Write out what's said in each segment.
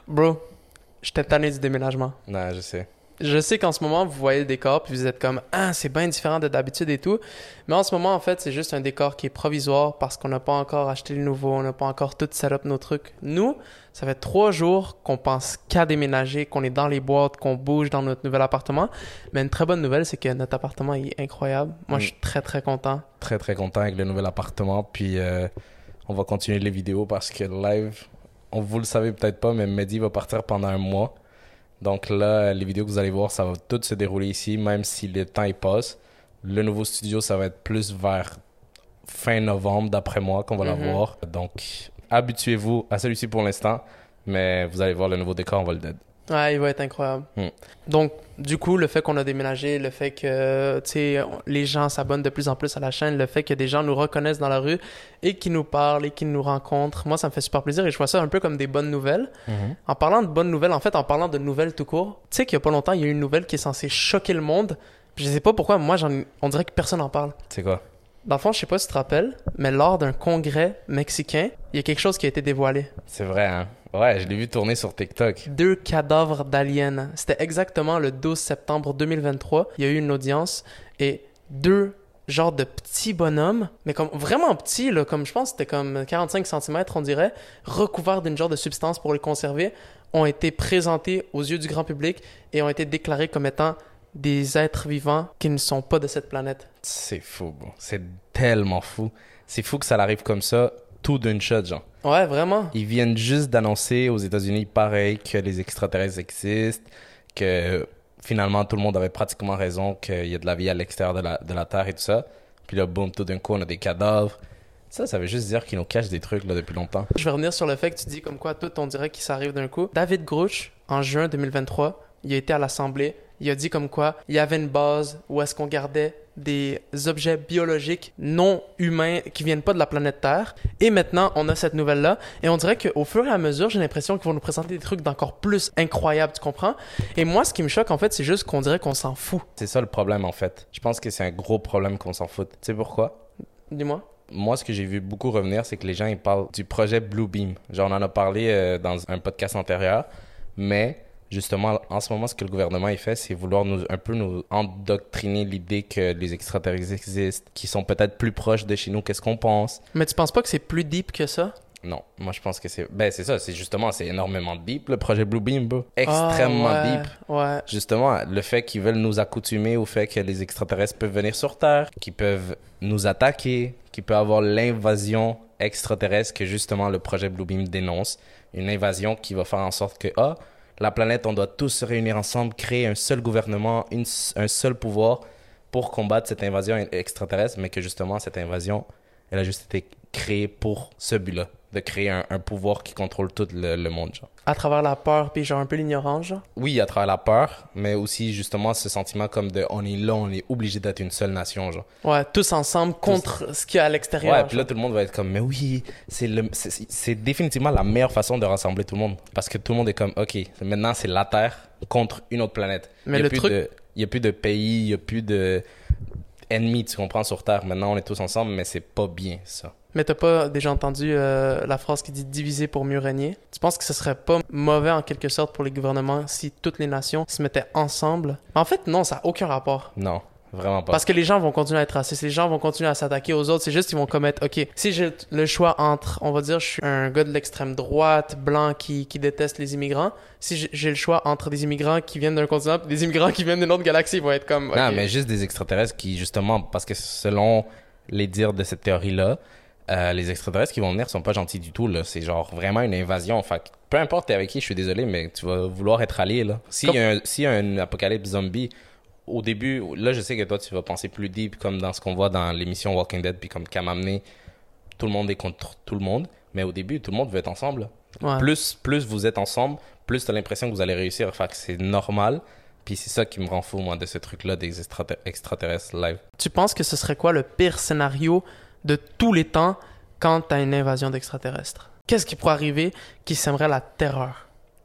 Bro, j'étais tanné du déménagement. Non, je sais. Je sais qu'en ce moment, vous voyez le décor puis vous êtes comme « Ah, c'est bien différent de d'habitude et tout. » Mais en ce moment, en fait, c'est juste un décor qui est provisoire parce qu'on n'a pas encore acheté le nouveau, on n'a pas encore tout set up nos trucs. Nous, ça fait 3 jours qu'on pense qu'à déménager, qu'on est dans les boîtes, qu'on bouge dans notre nouvel appartement. Mais une très bonne nouvelle, c'est que notre appartement est incroyable. Moi, je suis très, très content. Très, très content avec le nouvel appartement. Puis, on va continuer les vidéos parce que live, vous le savez peut-être pas, mais Mehdi va partir pendant un mois. Donc là, les vidéos que vous allez voir, ça va tout se dérouler ici, même si le temps il passe. Le nouveau studio, ça va être plus vers fin novembre, d'après moi, qu'on va l'avoir. Donc, habituez-vous à celui-ci pour l'instant, mais vous allez voir le nouveau décor, on va le dead. Ouais, il va être incroyable. Donc, du coup, le fait qu'on a déménagé, le fait que, tu sais, les gens s'abonnent de plus en plus à la chaîne, le fait que des gens nous reconnaissent dans la rue et qui nous parlent et qui nous rencontrent, moi, ça me fait super plaisir et je vois ça un peu comme des bonnes nouvelles. En parlant de bonnes nouvelles, en fait, en parlant de nouvelles tout court, tu sais qu'il y a pas longtemps, il y a eu une nouvelle qui est censée choquer le monde. Je sais pas pourquoi, moi, on dirait que personne n'en parle. C'est quoi? Dans le fond, je sais pas si tu te rappelles, mais lors d'un congrès mexicain, il y a quelque chose qui a été dévoilé. C'est vrai, hein? Ouais, je l'ai vu tourner sur TikTok. 2 cadavres d'aliens. C'était exactement le 12 septembre 2023. Il y a eu une audience et 2 genres de petits bonhommes, mais comme vraiment petits, là, comme je pense que c'était comme 45 cm, on dirait, recouverts d'une genre de substance pour les conserver, ont été présentés aux yeux du grand public et ont été déclarés comme étant des êtres vivants qui ne sont pas de cette planète. C'est fou, bro. C'est tellement fou. C'est fou que ça arrive comme ça, tout d'une shot, genre. Ouais, vraiment. Ils viennent juste d'annoncer aux États-Unis, pareil, que les extraterrestres existent, que finalement tout le monde avait pratiquement raison, qu'il y a de la vie à l'extérieur de la Terre et tout ça. Puis là, boum, tout d'un coup, on a des cadavres. Ça veut juste dire qu'ils nous cachent des trucs là depuis longtemps. Je vais revenir sur le fait que tu dis comme quoi tout on dirait qu'il s'arrive d'un coup. David Grush, en juin 2023, il a été à l'Assemblée. Il a dit comme quoi il y avait une base où est-ce qu'on gardait des objets biologiques non humains qui viennent pas de la planète Terre. Et maintenant, on a cette nouvelle-là. Et on dirait qu'au fur et à mesure, j'ai l'impression qu'ils vont nous présenter des trucs d'encore plus incroyables, tu comprends? Et moi, ce qui me choque, en fait, c'est juste qu'on dirait qu'on s'en fout. C'est ça le problème, en fait. Je pense que c'est un gros problème qu'on s'en fout. Tu sais pourquoi? Dis-moi. Moi, ce que j'ai vu beaucoup revenir, c'est que les gens, ils parlent du projet Bluebeam. Genre, on en a parlé dans un podcast antérieur, mais justement, en ce moment, ce que le gouvernement il fait, c'est vouloir un peu nous endoctriner l'idée que les extraterrestres existent, qui sont peut-être plus proches de chez nous qu'est-ce qu'on pense. Mais tu penses pas que c'est plus deep que ça? Non, moi je pense que c'est... Ben c'est ça, c'est énormément deep, le projet Bluebeam, bro. Extrêmement deep. Ouais. Justement, le fait qu'ils veulent nous accoutumer au fait que les extraterrestres peuvent venir sur Terre, qu'ils peuvent nous attaquer, qu'il peut avoir l'invasion extraterrestre que justement le projet Bluebeam dénonce. Une invasion qui va faire en sorte que, la planète, on doit tous se réunir ensemble, créer un seul gouvernement, un seul pouvoir pour combattre cette invasion extraterrestre, mais que justement, cette invasion, elle a juste été créée pour ce but-là, de créer un pouvoir qui contrôle tout le monde, genre. À travers la peur, puis genre un peu l'ignorance, genre? Oui, à travers la peur, mais aussi justement ce sentiment comme de on est là, on est obligé d'être une seule nation, genre. Ouais, tous ensemble contre ce qu'il y a à l'extérieur. Ouais, puis là tout le monde va être comme mais oui, c'est définitivement la meilleure façon de rassembler tout le monde parce que tout le monde est comme OK, maintenant c'est la Terre contre une autre planète. Mais il y a plus de pays, il y a plus de ennemis, tu comprends, sur Terre. Maintenant on est tous ensemble, mais c'est pas bien ça. Mais t'as pas déjà entendu la phrase qui dit diviser pour mieux régner? Tu penses que ce serait pas mauvais en quelque sorte pour les gouvernements si toutes les nations se mettaient ensemble? En fait, non, ça n'a aucun rapport. Non, vraiment pas. Parce que les gens vont continuer à être racistes, les gens vont continuer à s'attaquer aux autres, c'est juste qu'ils vont commettre, ok, si j'ai le choix entre, on va dire, je suis un gars de l'extrême droite, blanc, qui déteste les immigrants, si j'ai le choix entre des immigrants qui viennent d'un continent et des immigrants qui viennent d'une autre galaxie, ils vont être comme... Non, mais juste des extraterrestres qui, justement, parce que selon les dires de cette théorie-là, les extraterrestres qui vont venir sont pas gentils du tout, là. C'est genre vraiment une invasion. Fait que peu importe t'es avec qui, je suis désolé, mais tu vas vouloir être allié, là. S'il y a un apocalypse zombie, au début, là, je sais que toi, tu vas penser plus deep, comme dans ce qu'on voit dans l'émission Walking Dead, puis comme Cam a amené, tout le monde est contre tout le monde. Mais au début, tout le monde veut être ensemble. Ouais. Plus vous êtes ensemble, plus t'as l'impression que vous allez réussir. Fait que c'est normal. Puis c'est ça qui me rend fou, moi, de ce truc-là des extraterrestres live. Tu penses que ce serait quoi le pire scénario de tous les temps quand t'as une invasion d'extraterrestres? Qu'est-ce qui pourrait arriver qui sèmerait la terreur?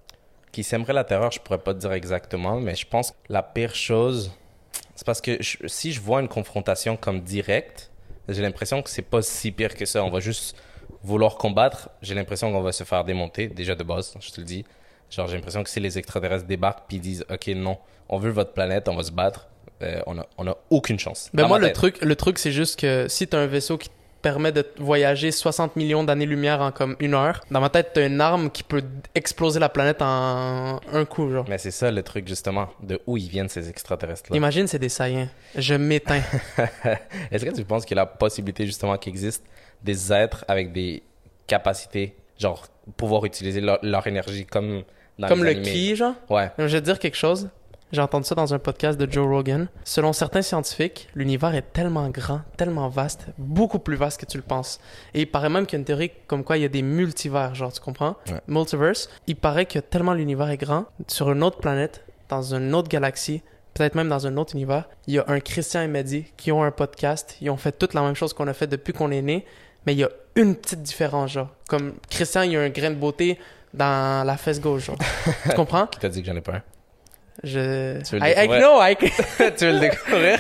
Qui sèmerait la terreur, je pourrais pas te dire exactement, mais je pense que la pire chose, c'est parce que si je vois une confrontation comme directe, j'ai l'impression que c'est pas si pire que ça. On va juste vouloir combattre. J'ai l'impression qu'on va se faire démonter, déjà de base, je te le dis. Genre, j'ai l'impression que si les extraterrestres débarquent puis ils disent, OK, non, on veut votre planète, on va se battre, on a aucune chance. Ben Dans moi, ma le tête. truc, c'est juste que si t'as un vaisseau qui te permet de voyager 60 millions d'années-lumière en comme 1 heure, dans ma tête, t'as une arme qui peut exploser la planète en un coup, genre. Mais c'est ça le truc, justement, de où ils viennent ces extraterrestres-là. Imagine, c'est des saiyans. Je m'éteins. Est-ce que tu penses qu'il y a la possibilité, justement, qu'il existe des êtres avec des capacités, genre, pouvoir utiliser leur énergie comme dans Comme les le animés? ki, genre. Ouais. Je vais te dire quelque chose. J'ai entendu ça dans un podcast de Joe Rogan. Selon certains scientifiques, l'univers est tellement grand, tellement vaste, beaucoup plus vaste que tu le penses. Et il paraît même qu'il y a une théorie comme quoi il y a des multivers, genre, tu comprends? Ouais. Multiverse. Il paraît que tellement l'univers est grand, sur une autre planète, dans une autre galaxie, peut-être même dans un autre univers, il y a un Christian et Mehdi qui ont un podcast. Ils ont fait toute la même chose qu'on a fait depuis qu'on est né, mais il y a une petite différence, genre. Comme Christian, il y a un grain de beauté dans la fesse gauche, genre. Tu comprends? Qui t'a dit que j'en ai pas un? Tu veux le découvrir? know, Tu veux le découvrir?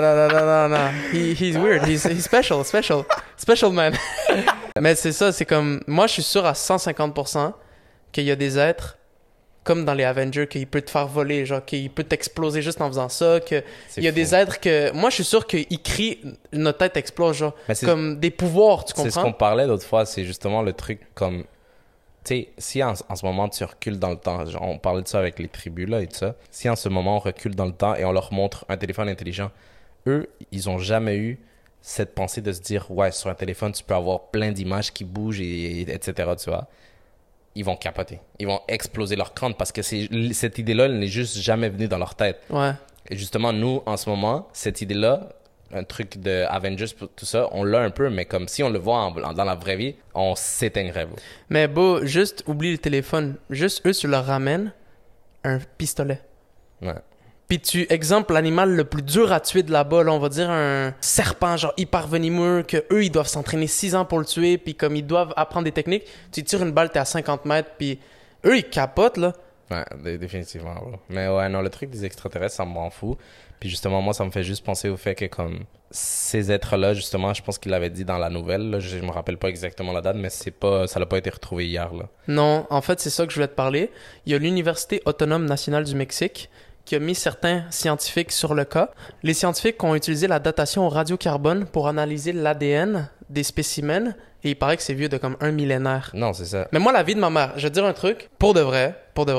non. He's weird. He's special man. Mais c'est ça, c'est comme... Moi, je suis sûr à 150% qu'il y a des êtres, comme dans les Avengers, qu'il peut te faire voler, genre, qu'il peut t'exploser juste en faisant ça, qu'il y a des êtres que... Moi, je suis sûr qu'ils crient, notre tête explose, genre, comme des pouvoirs, tu comprends? C'est ce qu'on parlait l'autre fois, c'est justement le truc comme... Tu sais, si en ce moment tu recules dans le temps, genre on parlait de ça avec les tribus là et tout ça, si en ce moment on recule dans le temps et on leur montre un téléphone intelligent, eux, ils ont jamais eu cette pensée de se dire, ouais, sur un téléphone, tu peux avoir plein d'images qui bougent, etc., tu vois. Ils vont capoter. Ils vont exploser leur crâne parce que cette idée-là, elle n'est juste jamais venue dans leur tête. Ouais. Et justement, nous, en ce moment, cette idée-là, un truc de Avengers, tout ça, on l'a un peu, mais comme si on le voit dans la vraie vie, on s'éteindrait. Bro. Mais beau, juste oublie le téléphone. Juste eux, tu leur ramènes un pistolet. Ouais. Puis tu exemple l'animal le plus dur à tuer de là-bas, là, on va dire un serpent genre hyper venimeux, que eux ils doivent s'entraîner 6 ans pour le tuer, puis comme ils doivent apprendre des techniques, tu tires une balle, t'es à 50 mètres, puis eux ils capotent là. Ouais, définitivement. Bro. Mais ouais, non, le truc des extraterrestres, ça me rend fou. Puis justement, moi, ça me fait juste penser au fait que comme ces êtres-là, justement, je pense qu'il l'avait dit dans la nouvelle, là, je me rappelle pas exactement la date, mais ça l'a pas été retrouvé hier, là. Non, en fait, c'est ça que je voulais te parler. Il y a l'Université autonome nationale du Mexique qui a mis certains scientifiques sur le cas. Les scientifiques ont utilisé la datation au radiocarbone pour analyser l'ADN des spécimens et il paraît que c'est vieux de comme un millénaire. Non, c'est ça. Mais moi, la vie de ma mère, je vais te dire un truc, pour de vrai,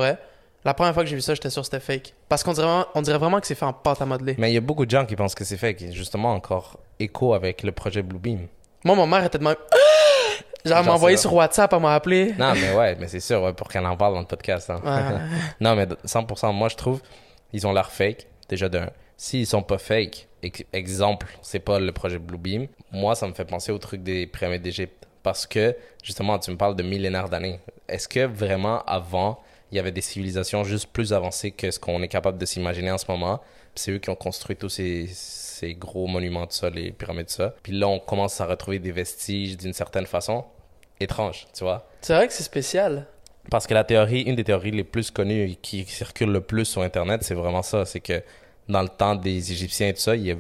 la première fois que j'ai vu ça, j'étais sûr que c'était fake. Parce qu'on dirait vraiment que c'est fait en pâte à modeler. Mais il y a beaucoup de gens qui pensent que c'est fake. Justement, encore écho avec le projet Bluebeam. Moi, ma mère était de même... Genre, elle m'a envoyé sur WhatsApp, elle m'a appelé. Non, mais ouais, mais c'est sûr, ouais, pour qu'elle en parle dans le podcast. Hein. Ouais. Non, mais 100%, moi, je trouve, ils ont l'air fake. Déjà d'un. S'ils sont pas fake, exemple, c'est pas le projet Bluebeam, moi, ça me fait penser au truc des pyramides d'Égypte. Parce que, justement, tu me parles de millénaires d'années. Est-ce que vraiment, avant, il y avait des civilisations juste plus avancées que ce qu'on est capable de s'imaginer en ce moment? Puis c'est eux qui ont construit tous ces gros monuments de ça, les pyramides de ça. Puis là, on commence à retrouver des vestiges d'une certaine façon étrange, tu vois. C'est vrai que c'est spécial. Parce que une des théories les plus connues et qui circule le plus sur Internet, c'est vraiment ça. C'est que dans le temps des Égyptiens et tout ça, il y a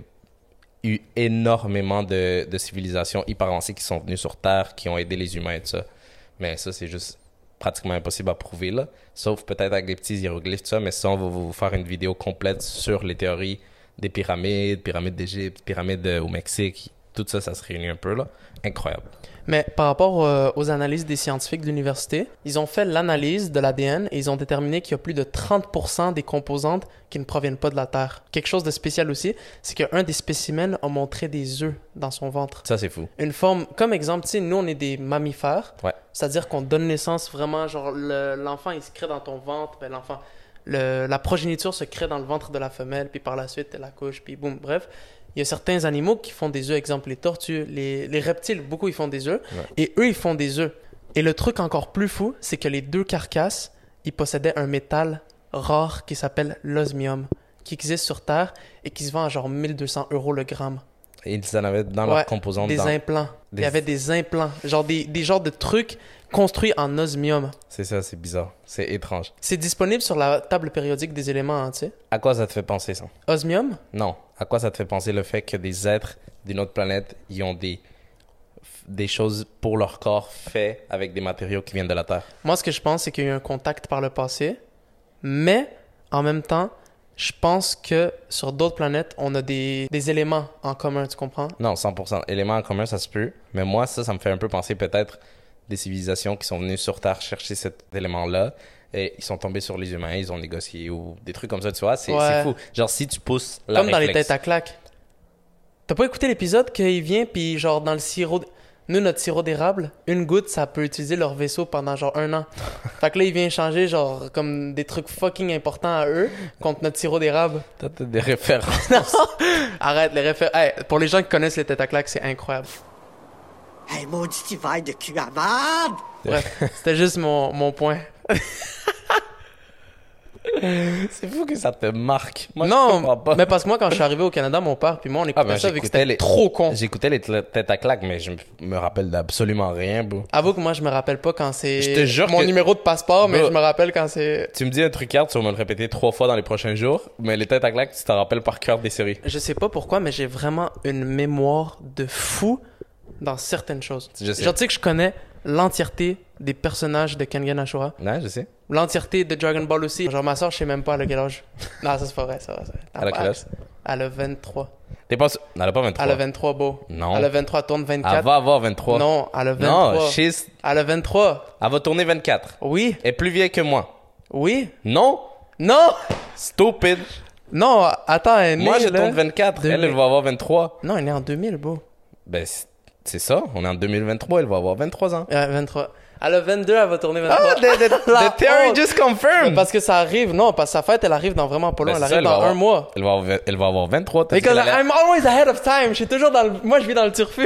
eu énormément de civilisations hyper avancées qui sont venues sur Terre, qui ont aidé les humains et tout ça. Mais ça, c'est juste pratiquement impossible à prouver, là. Sauf peut-être avec des petits hiéroglyphes, tout ça. Mais ça, on va vous faire une vidéo complète sur les théories des pyramides d'Égypte, pyramides au Mexique. Tout ça, ça se réunit un peu, là. Incroyable. Mais par rapport aux analyses des scientifiques de l'université, ils ont fait l'analyse de l'ADN et ils ont déterminé qu'il y a plus de 30% des composantes qui ne proviennent pas de la Terre. Quelque chose de spécial aussi, c'est qu'un des spécimens a montré des œufs dans son ventre. Ça, c'est fou. Une forme, comme exemple, tu sais, nous, on est des mammifères. Ouais. C'est-à-dire qu'on donne naissance vraiment, genre, l'enfant, il se crée dans ton ventre, ben l'enfant... la progéniture se crée dans le ventre de la femelle, puis par la suite, elle accouche, puis boum, bref. Il y a certains animaux qui font des œufs, exemple les tortues, les reptiles, beaucoup ils font des œufs, et eux ils font des œufs. Et le truc encore plus fou, c'est que les deux carcasses, ils possédaient un métal rare qui s'appelle l'osmium, qui existe sur Terre et qui se vend à genre 1200 € le gramme. Et ils en avaient dans leurs composantes. Des implants. Il y avait des implants, genre des genres de trucs construits en osmium. C'est ça, c'est bizarre. C'est étrange. C'est disponible sur la table périodique des éléments, hein, tu sais. À quoi ça te fait penser, ça? Osmium? Non. À quoi ça te fait penser le fait que des êtres d'une autre planète, ils ont des des choses pour leur corps fait avec des matériaux qui viennent de la Terre. Moi, ce que je pense, c'est qu'il y a eu un contact par le passé, mais en même temps, je pense que sur d'autres planètes, on a des éléments en commun, tu comprends? Non, 100%. Éléments en commun, ça se peut. Mais moi, ça me fait un peu penser peut-être des civilisations qui sont venues sur Terre chercher cet élément-là et ils sont tombés sur les humains, ils ont négocié ou des trucs comme ça, tu vois. C'est fou. Genre, si tu pousses la Comme dans les têtes à claques. T'as pas écouté l'épisode qu'il vient, puis genre dans le sirop... Nous, notre sirop d'érable, une goutte, ça peut utiliser leur vaisseau pendant genre 1 an. Fait que là, il vient changer genre comme des trucs fucking importants à eux contre notre sirop d'érable. T'as des références. Non! Arrête, les références. Hey, pour les gens qui connaissent les têtes à claques, c'est incroyable. Hey, maudit hiver de cul à marde! Bref, c'était juste mon point. C'est fou que ça te marque. Moi, je Non, comprends pas. mais parce que moi, quand je suis arrivé au Canada, mon père puis moi, on écoutait ça vu que c'était trop con. J'écoutais les têtes à claques, mais je me rappelle d'absolument rien, bro. Avoue que moi, je me rappelle pas quand c'est Je te jure mon que- numéro de passeport, mais Bro. je me rappelle quand c'est... Tu me dis un truc hard, tu vas me le répéter 3 fois dans les prochains jours, mais les têtes à claques, tu t'en rappelles par cœur des séries. Je sais pas pourquoi, mais j'ai vraiment une mémoire de fou dans certaines choses. Je sais. Genre, tu sais que je connais l'entièreté des personnages de Kengan Ashura. Ouais, je sais. L'entièreté de Dragon Ball aussi. Genre, ma soeur, je sais même pas elle a quel âge. Non, ça c'est pas vrai, c'est vrai. Elle a quel âge? Elle a 23. T'es pas sûr? Elle a pas 23. Elle a 23, beau. Non. Elle a 23, tourne 24. Elle va avoir 23. Non, elle a 23. Non, she's... Elle a 23. Elle va tourner 24. Oui. Elle est plus vieille que moi. Oui. Non? Non! Stupid. Non, attends, elle est née, Moi, je là. tourne 24. Elle 2000. va avoir 23. Non, elle est née en 2000, beau. Ben, c'est ça. On est en 2023. Elle va avoir 23 ans. 23. Elle a 22, elle va tourner 23. Ah, the theory just Mais confirmed. parce que ça arrive, non, parce que sa fête, elle arrive dans vraiment pas loin. Ben, Elle c'est ça, arrive dans un mois. Elle va avoir 23. t'as dit Because qu'elle allait- I'm always ahead of time. Je suis toujours dans le... Moi, je vis dans le turfu.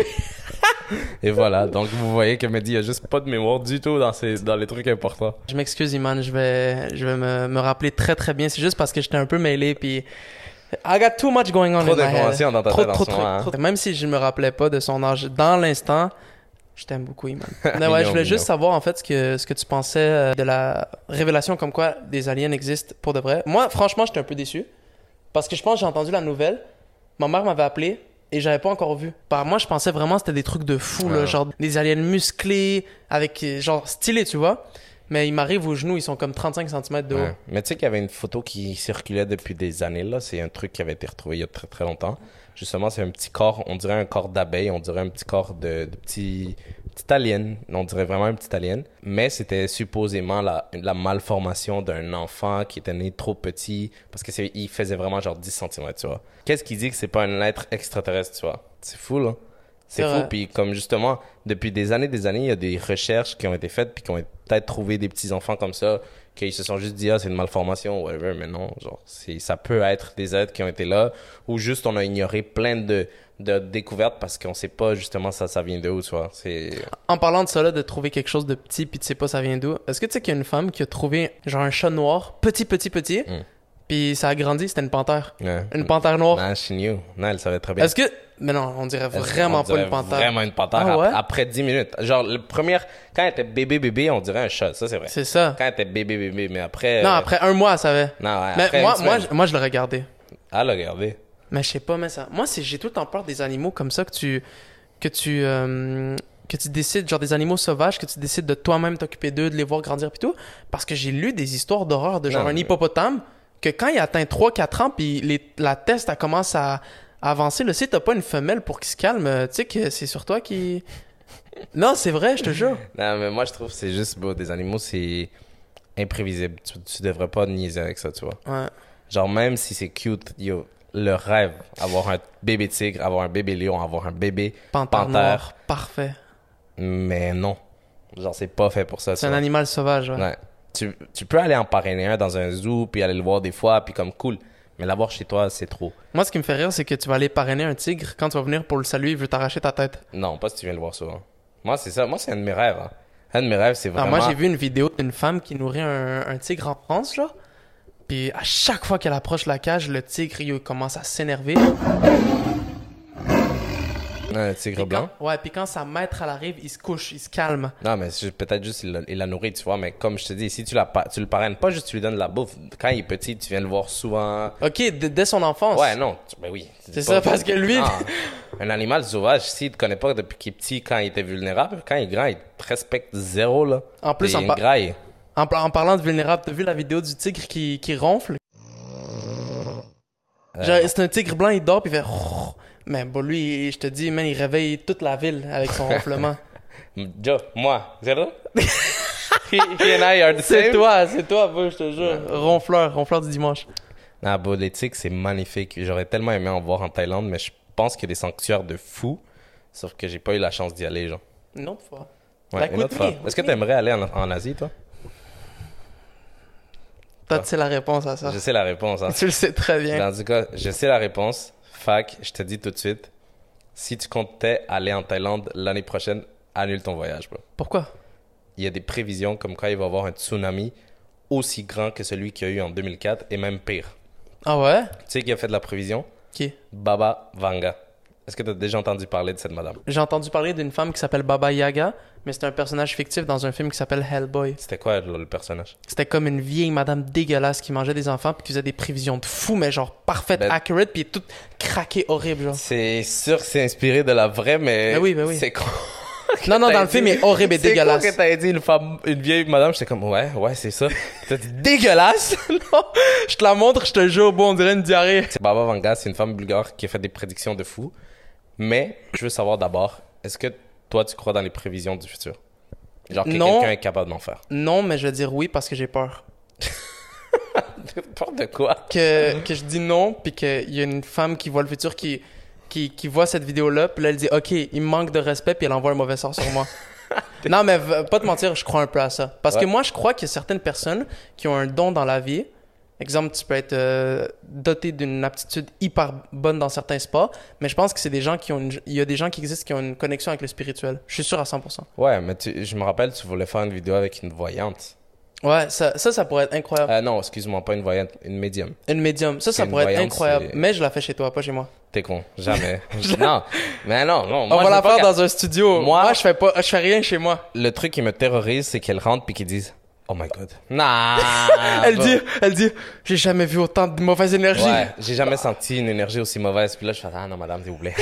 Et voilà. Donc, vous voyez que Mehdi a juste pas de mémoire du tout dans les trucs importants. Je m'excuse, Iman. Je vais me rappeler très, très bien. C'est juste parce que j'étais un peu mêlé, puis... I got too much going on Trop in my head. d'informations dans ta tête en ce moment, hein. Même si je me rappelais pas de son âge dans l'instant, je t'aime beaucoup, Iman. Mais ouais, je voulais Mignon. juste savoir, en fait, ce que tu pensais de la révélation comme quoi des aliens existent pour de vrai. Moi, franchement, j'étais un peu déçu. Parce que je pense que j'ai entendu la nouvelle. Ma mère m'avait appelé et j'avais pas encore vu. Par moi, je pensais vraiment que c'était des trucs de fou, là, Ouais. genre des aliens musclés, avec genre stylés, tu vois. Mais ils m'arrivent aux genoux, ils sont comme 35 cm de haut. Ouais. Mais tu sais qu'il y avait une photo qui circulait depuis des années, là. C'est un truc qui avait été retrouvé il y a très très longtemps. Justement, c'est un petit corps, on dirait un corps d'abeille, on dirait un petit corps de petit alien. On dirait vraiment un petit alien. Mais c'était supposément la malformation d'un enfant qui était né trop petit parce il faisait vraiment genre 10 cm, tu vois. Qu'est-ce qui dit que c'est pas un être extraterrestre, tu vois? C'est fou, là. C'est C'est fou, vrai. puis comme justement, depuis des années, il y a des recherches qui ont été faites, puis qui ont peut-être trouvé des petits-enfants comme ça, qu'ils se sont juste dit, ah, c'est une malformation, whatever, mais non, genre, ça peut être des êtres qui ont été là, ou juste on a ignoré plein de découvertes parce qu'on sait pas justement ça vient de où, tu vois. En parlant de ça, là, de trouver quelque chose de petit puis tu sais pas ça vient d'où, est-ce que tu sais qu'il y a une femme qui a trouvé genre un chat noir, petit, puis ça a grandi, c'était une panthère. Ouais. Une panthère noire. Non, she knew. Non, elle savait très bien. Est-ce que... Mais non, on dirait vraiment On pas dirait une panthère. Vraiment une panthère. Ah ouais? Après 10 minutes. Genre, quand elle était bébé, on dirait un chat. Ça, c'est vrai. C'est ça. Quand elle était bébé, mais après... Non, après un mois, elle savait. Non, ouais, Mais après moi, une moi, semaine. moi, je le regardais. Elle a regardé. Mais je sais pas, mais ça... Moi, j'ai tout le temps peur des animaux comme ça que tu décides, genre des animaux sauvages, que tu décides de toi-même t'occuper d'eux, de les voir grandir pis tout. Parce que j'ai lu des histoires d'horreur de genre Non, un mais- hippopotame que quand il atteint 3-4 ans puis la teste, elle commence à avancer, là, si t'as pas une femelle pour qu'il se calme, tu sais que c'est sur toi qui... Non, c'est vrai, je te jure. Non, mais moi, je trouve que c'est juste, beau. Des animaux, c'est imprévisible. Tu devrais pas niaiser avec ça, tu vois. Ouais. Genre, même si c'est cute, le rêve, avoir un bébé tigre, avoir un bébé lion, avoir un bébé Panthère noire, parfait. Mais non. Genre, c'est pas fait pour ça. C'est tu un vois. animal sauvage, ouais. Ouais. Tu peux aller en parrainer un dans un zoo, puis aller le voir des fois, puis comme cool. Mais l'avoir chez toi, c'est trop. Moi, ce qui me fait rire, c'est que tu vas aller parrainer un tigre. Quand tu vas venir pour le saluer, il veut t'arracher ta tête. Non, pas si tu viens le voir souvent. Moi, c'est ça. Moi, c'est un de mes rêves. Hein. Un de mes rêves, c'est Ah, vraiment... moi, j'ai vu une vidéo d'une femme qui nourrit un tigre en France, là. Puis à chaque fois qu'elle approche la cage, le tigre, il commence à s'énerver. Un tigre Puis blanc. Ouais, puis quand sa maître, elle arrive, il se couche, il se calme. Non, mais peut-être juste il la nourrit, tu vois. Mais comme je te dis, si tu le parraines pas, juste tu lui donnes de la bouffe. Quand il est petit, tu viens le voir souvent. Ok, dès son enfance. Ouais, non. Ben oui. C'est ça, parce que lui... Ah. Un animal sauvage, s'il te connaît pas depuis qu'il est petit, quand il était vulnérable, quand il est grand, il te respecte zéro, là. En plus, il est graille. En parlant de vulnérable, t'as vu la vidéo du tigre qui ronfle? Genre, c'est un tigre blanc, il dort puis il fait... Mais bon, lui, je te dis, man, il réveille toute la ville avec son ronflement. Joe, moi, zéro? he and I are the same. C'est toi, bro, je te jure. Ronfleur du dimanche. Ah, bon, les tigres, c'est magnifique. J'aurais tellement aimé en voir en Thaïlande, mais je pense qu'il y a des sanctuaires de fous. Sauf que j'ai pas eu la chance d'y aller, genre. Une autre fois. Ouais, une autre fois. Est-ce que t'aimerais aller en Asie, toi? Toi, tu sais la réponse à ça. Je sais la réponse, hein. Tu le sais très bien. Dans tout cas, je sais la réponse. Fac, je te dis tout de suite, si tu comptais aller en Thaïlande l'année prochaine, annule ton voyage, bro. Pourquoi? Il y a des prévisions comme quoi il va y avoir un tsunami aussi grand que celui qu'il y a eu en 2004 et même pire. Ah ouais? Tu sais qui a fait de la prévision? Qui? Baba Vanga. Est-ce que tu as déjà entendu parler de cette madame? J'ai entendu parler d'une femme qui s'appelle Baba Yaga, mais c'est un personnage fictif dans un film qui s'appelle Hellboy. C'était quoi le personnage? C'était comme une vieille madame dégueulasse qui mangeait des enfants puis qui faisait des prévisions de fou, mais genre parfaites, accurate, puis toute craquée, horrible, genre. C'est sûr que c'est inspiré de la vraie, mais... Ben oui. C'est con. Non, dans le film, il est horrible et dégueulasse. C'est quoi que t'as dit une vieille madame? J'étais comme, ouais, c'est ça. T'as dit dégueulasse? Non, je te la montre, je te jure, bon, on dirait une diarrhée. Baba Vanga, c'est une femme bulgare qui a fait des prédictions de fou. Mais, je veux savoir d'abord, est-ce que toi, tu crois dans les prévisions du futur? Genre que quelqu'un est capable d'en faire. Non, mais je vais dire oui parce que j'ai peur. Peur de quoi? Que je dis non, puis qu'il y a une femme qui voit le futur qui voit cette vidéo-là, puis là, elle dit « Ok, il me manque de respect », puis elle envoie un mauvais sort sur moi. Non, mais pas te mentir, je crois un peu à ça. Parce que moi, je crois qu'il y a certaines personnes qui ont un don dans la vie. Exemple, tu peux être doté d'une aptitude hyper bonne dans certains sports, mais je pense que c'est des gens il y a des gens qui existent qui ont une connexion avec le spirituel. Je suis sûr à 100%. Ouais, mais je me rappelle, tu voulais faire une vidéo avec une voyante. Ouais, ça pourrait être incroyable. Non, excuse-moi, pas une voyante, une médium. Une médium. Ça pourrait être incroyable. Mais je la fais chez toi, pas chez moi. T'es con, jamais. Non, mais non. On moi, va la faire dans un studio. Moi, je fais rien chez moi. Le truc qui me terrorise, c'est qu'elle rentre puis qu'ils disent Oh my god. Nah. Elle dit, j'ai jamais vu autant de mauvaise énergie. Ouais, j'ai jamais senti une énergie aussi mauvaise. Puis là, je fais ah non, madame, s'il vous plaît.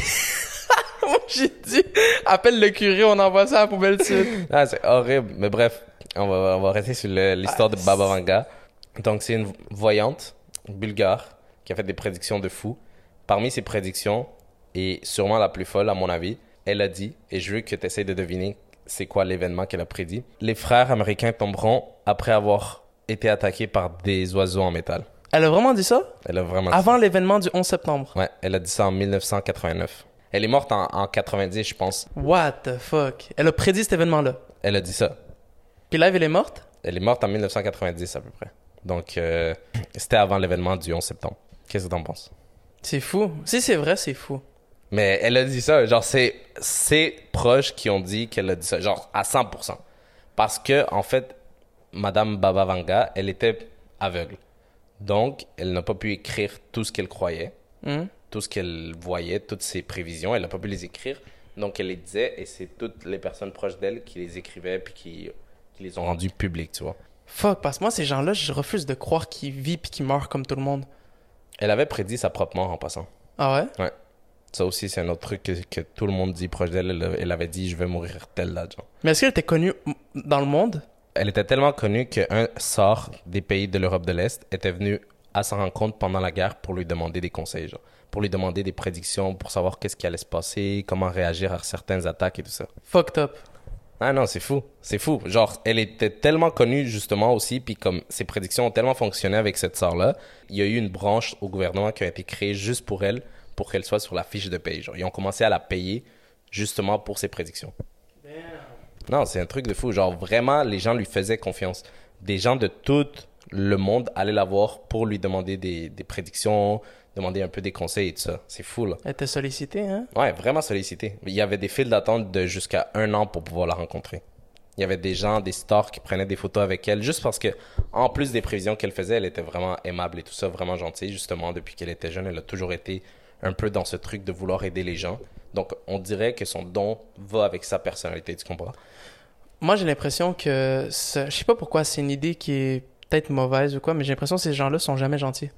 Moi, j'ai dit, appelle le curé, on envoie ça à la poubelle de suite. Ah, c'est horrible. Mais bref, on va rester sur l'histoire de Baba Vanga. Donc, c'est une voyante bulgare qui a fait des prédictions de fou. Parmi ses prédictions, et sûrement la plus folle à mon avis, elle a dit, et je veux que tu essaies de deviner c'est quoi l'événement qu'elle a prédit. Les frères américains tomberont après avoir été attaqués par des oiseaux en métal. Elle a vraiment dit ça? Elle a vraiment Avant l'événement du 11 septembre? Ouais, elle a dit ça en 1989. Elle est morte en 90, je pense. What the fuck? Elle a prédit cet événement-là? Elle a dit ça. Puis là, elle est morte? Elle est morte en 1990 à peu près. Donc, c'était avant l'événement du 11 septembre. Qu'est-ce que t'en penses? C'est fou. Si c'est vrai, c'est fou. Mais elle a dit ça, genre c'est ses proches qui ont dit qu'elle a dit ça, genre à 100%. Parce que, en fait, Madame Baba Vanga, elle était aveugle. Donc, elle n'a pas pu écrire tout ce qu'elle croyait, tout ce qu'elle voyait, toutes ses prévisions, elle n'a pas pu les écrire. Donc, elle les disait et c'est toutes les personnes proches d'elle qui les écrivaient puis qui les ont rendus publics, tu vois. Fuck, parce que moi, ces gens-là, je refuse de croire qu'ils vivent puis qu'ils meurent comme tout le monde. Elle avait prédit sa propre mort en passant. Ah ouais? Ouais. Ça aussi, c'est un autre truc que tout le monde dit proche d'elle. Elle avait dit « Je vais mourir telle date », genre. Mais est-ce qu'elle était connue dans le monde? Elle était tellement connue qu'un sort des pays de l'Europe de l'Est était venu à sa rencontre pendant la guerre pour lui demander des conseils, genre. Pour lui demander des prédictions, pour savoir qu'est-ce qui allait se passer, comment réagir à certaines attaques et tout ça. Fucked up. Ah non, c'est fou. C'est fou. Genre, elle était tellement connue, justement, aussi, puis comme ses prédictions ont tellement fonctionné avec cette sœur-là, il y a eu une branche au gouvernement qui a été créée juste pour elle, pour qu'elle soit sur la fiche de paye. Genre, ils ont commencé à la payer, justement, pour ses prédictions. Damn. Non, c'est un truc de fou. Genre, vraiment, les gens lui faisaient confiance. Des gens de tout le monde allaient la voir pour lui demander des prédictions, demander un peu des conseils et tout ça. C'est fou, là. Elle était sollicitée, hein? Ouais, vraiment sollicitée. Il y avait des files d'attente de jusqu'à 1 an pour pouvoir la rencontrer. Il y avait des gens, des stars qui prenaient des photos avec elle, juste parce que, en plus des prévisions qu'elle faisait, elle était vraiment aimable et tout ça, vraiment gentille. Justement, depuis qu'elle était jeune, elle a toujours été un peu dans ce truc de vouloir aider les gens. Donc, on dirait que son don va avec sa personnalité, tu comprends? Moi, j'ai l'impression que... Je sais pas pourquoi, c'est une idée qui est peut-être mauvaise ou quoi, mais j'ai l'impression que ces gens-là sont jamais gentils.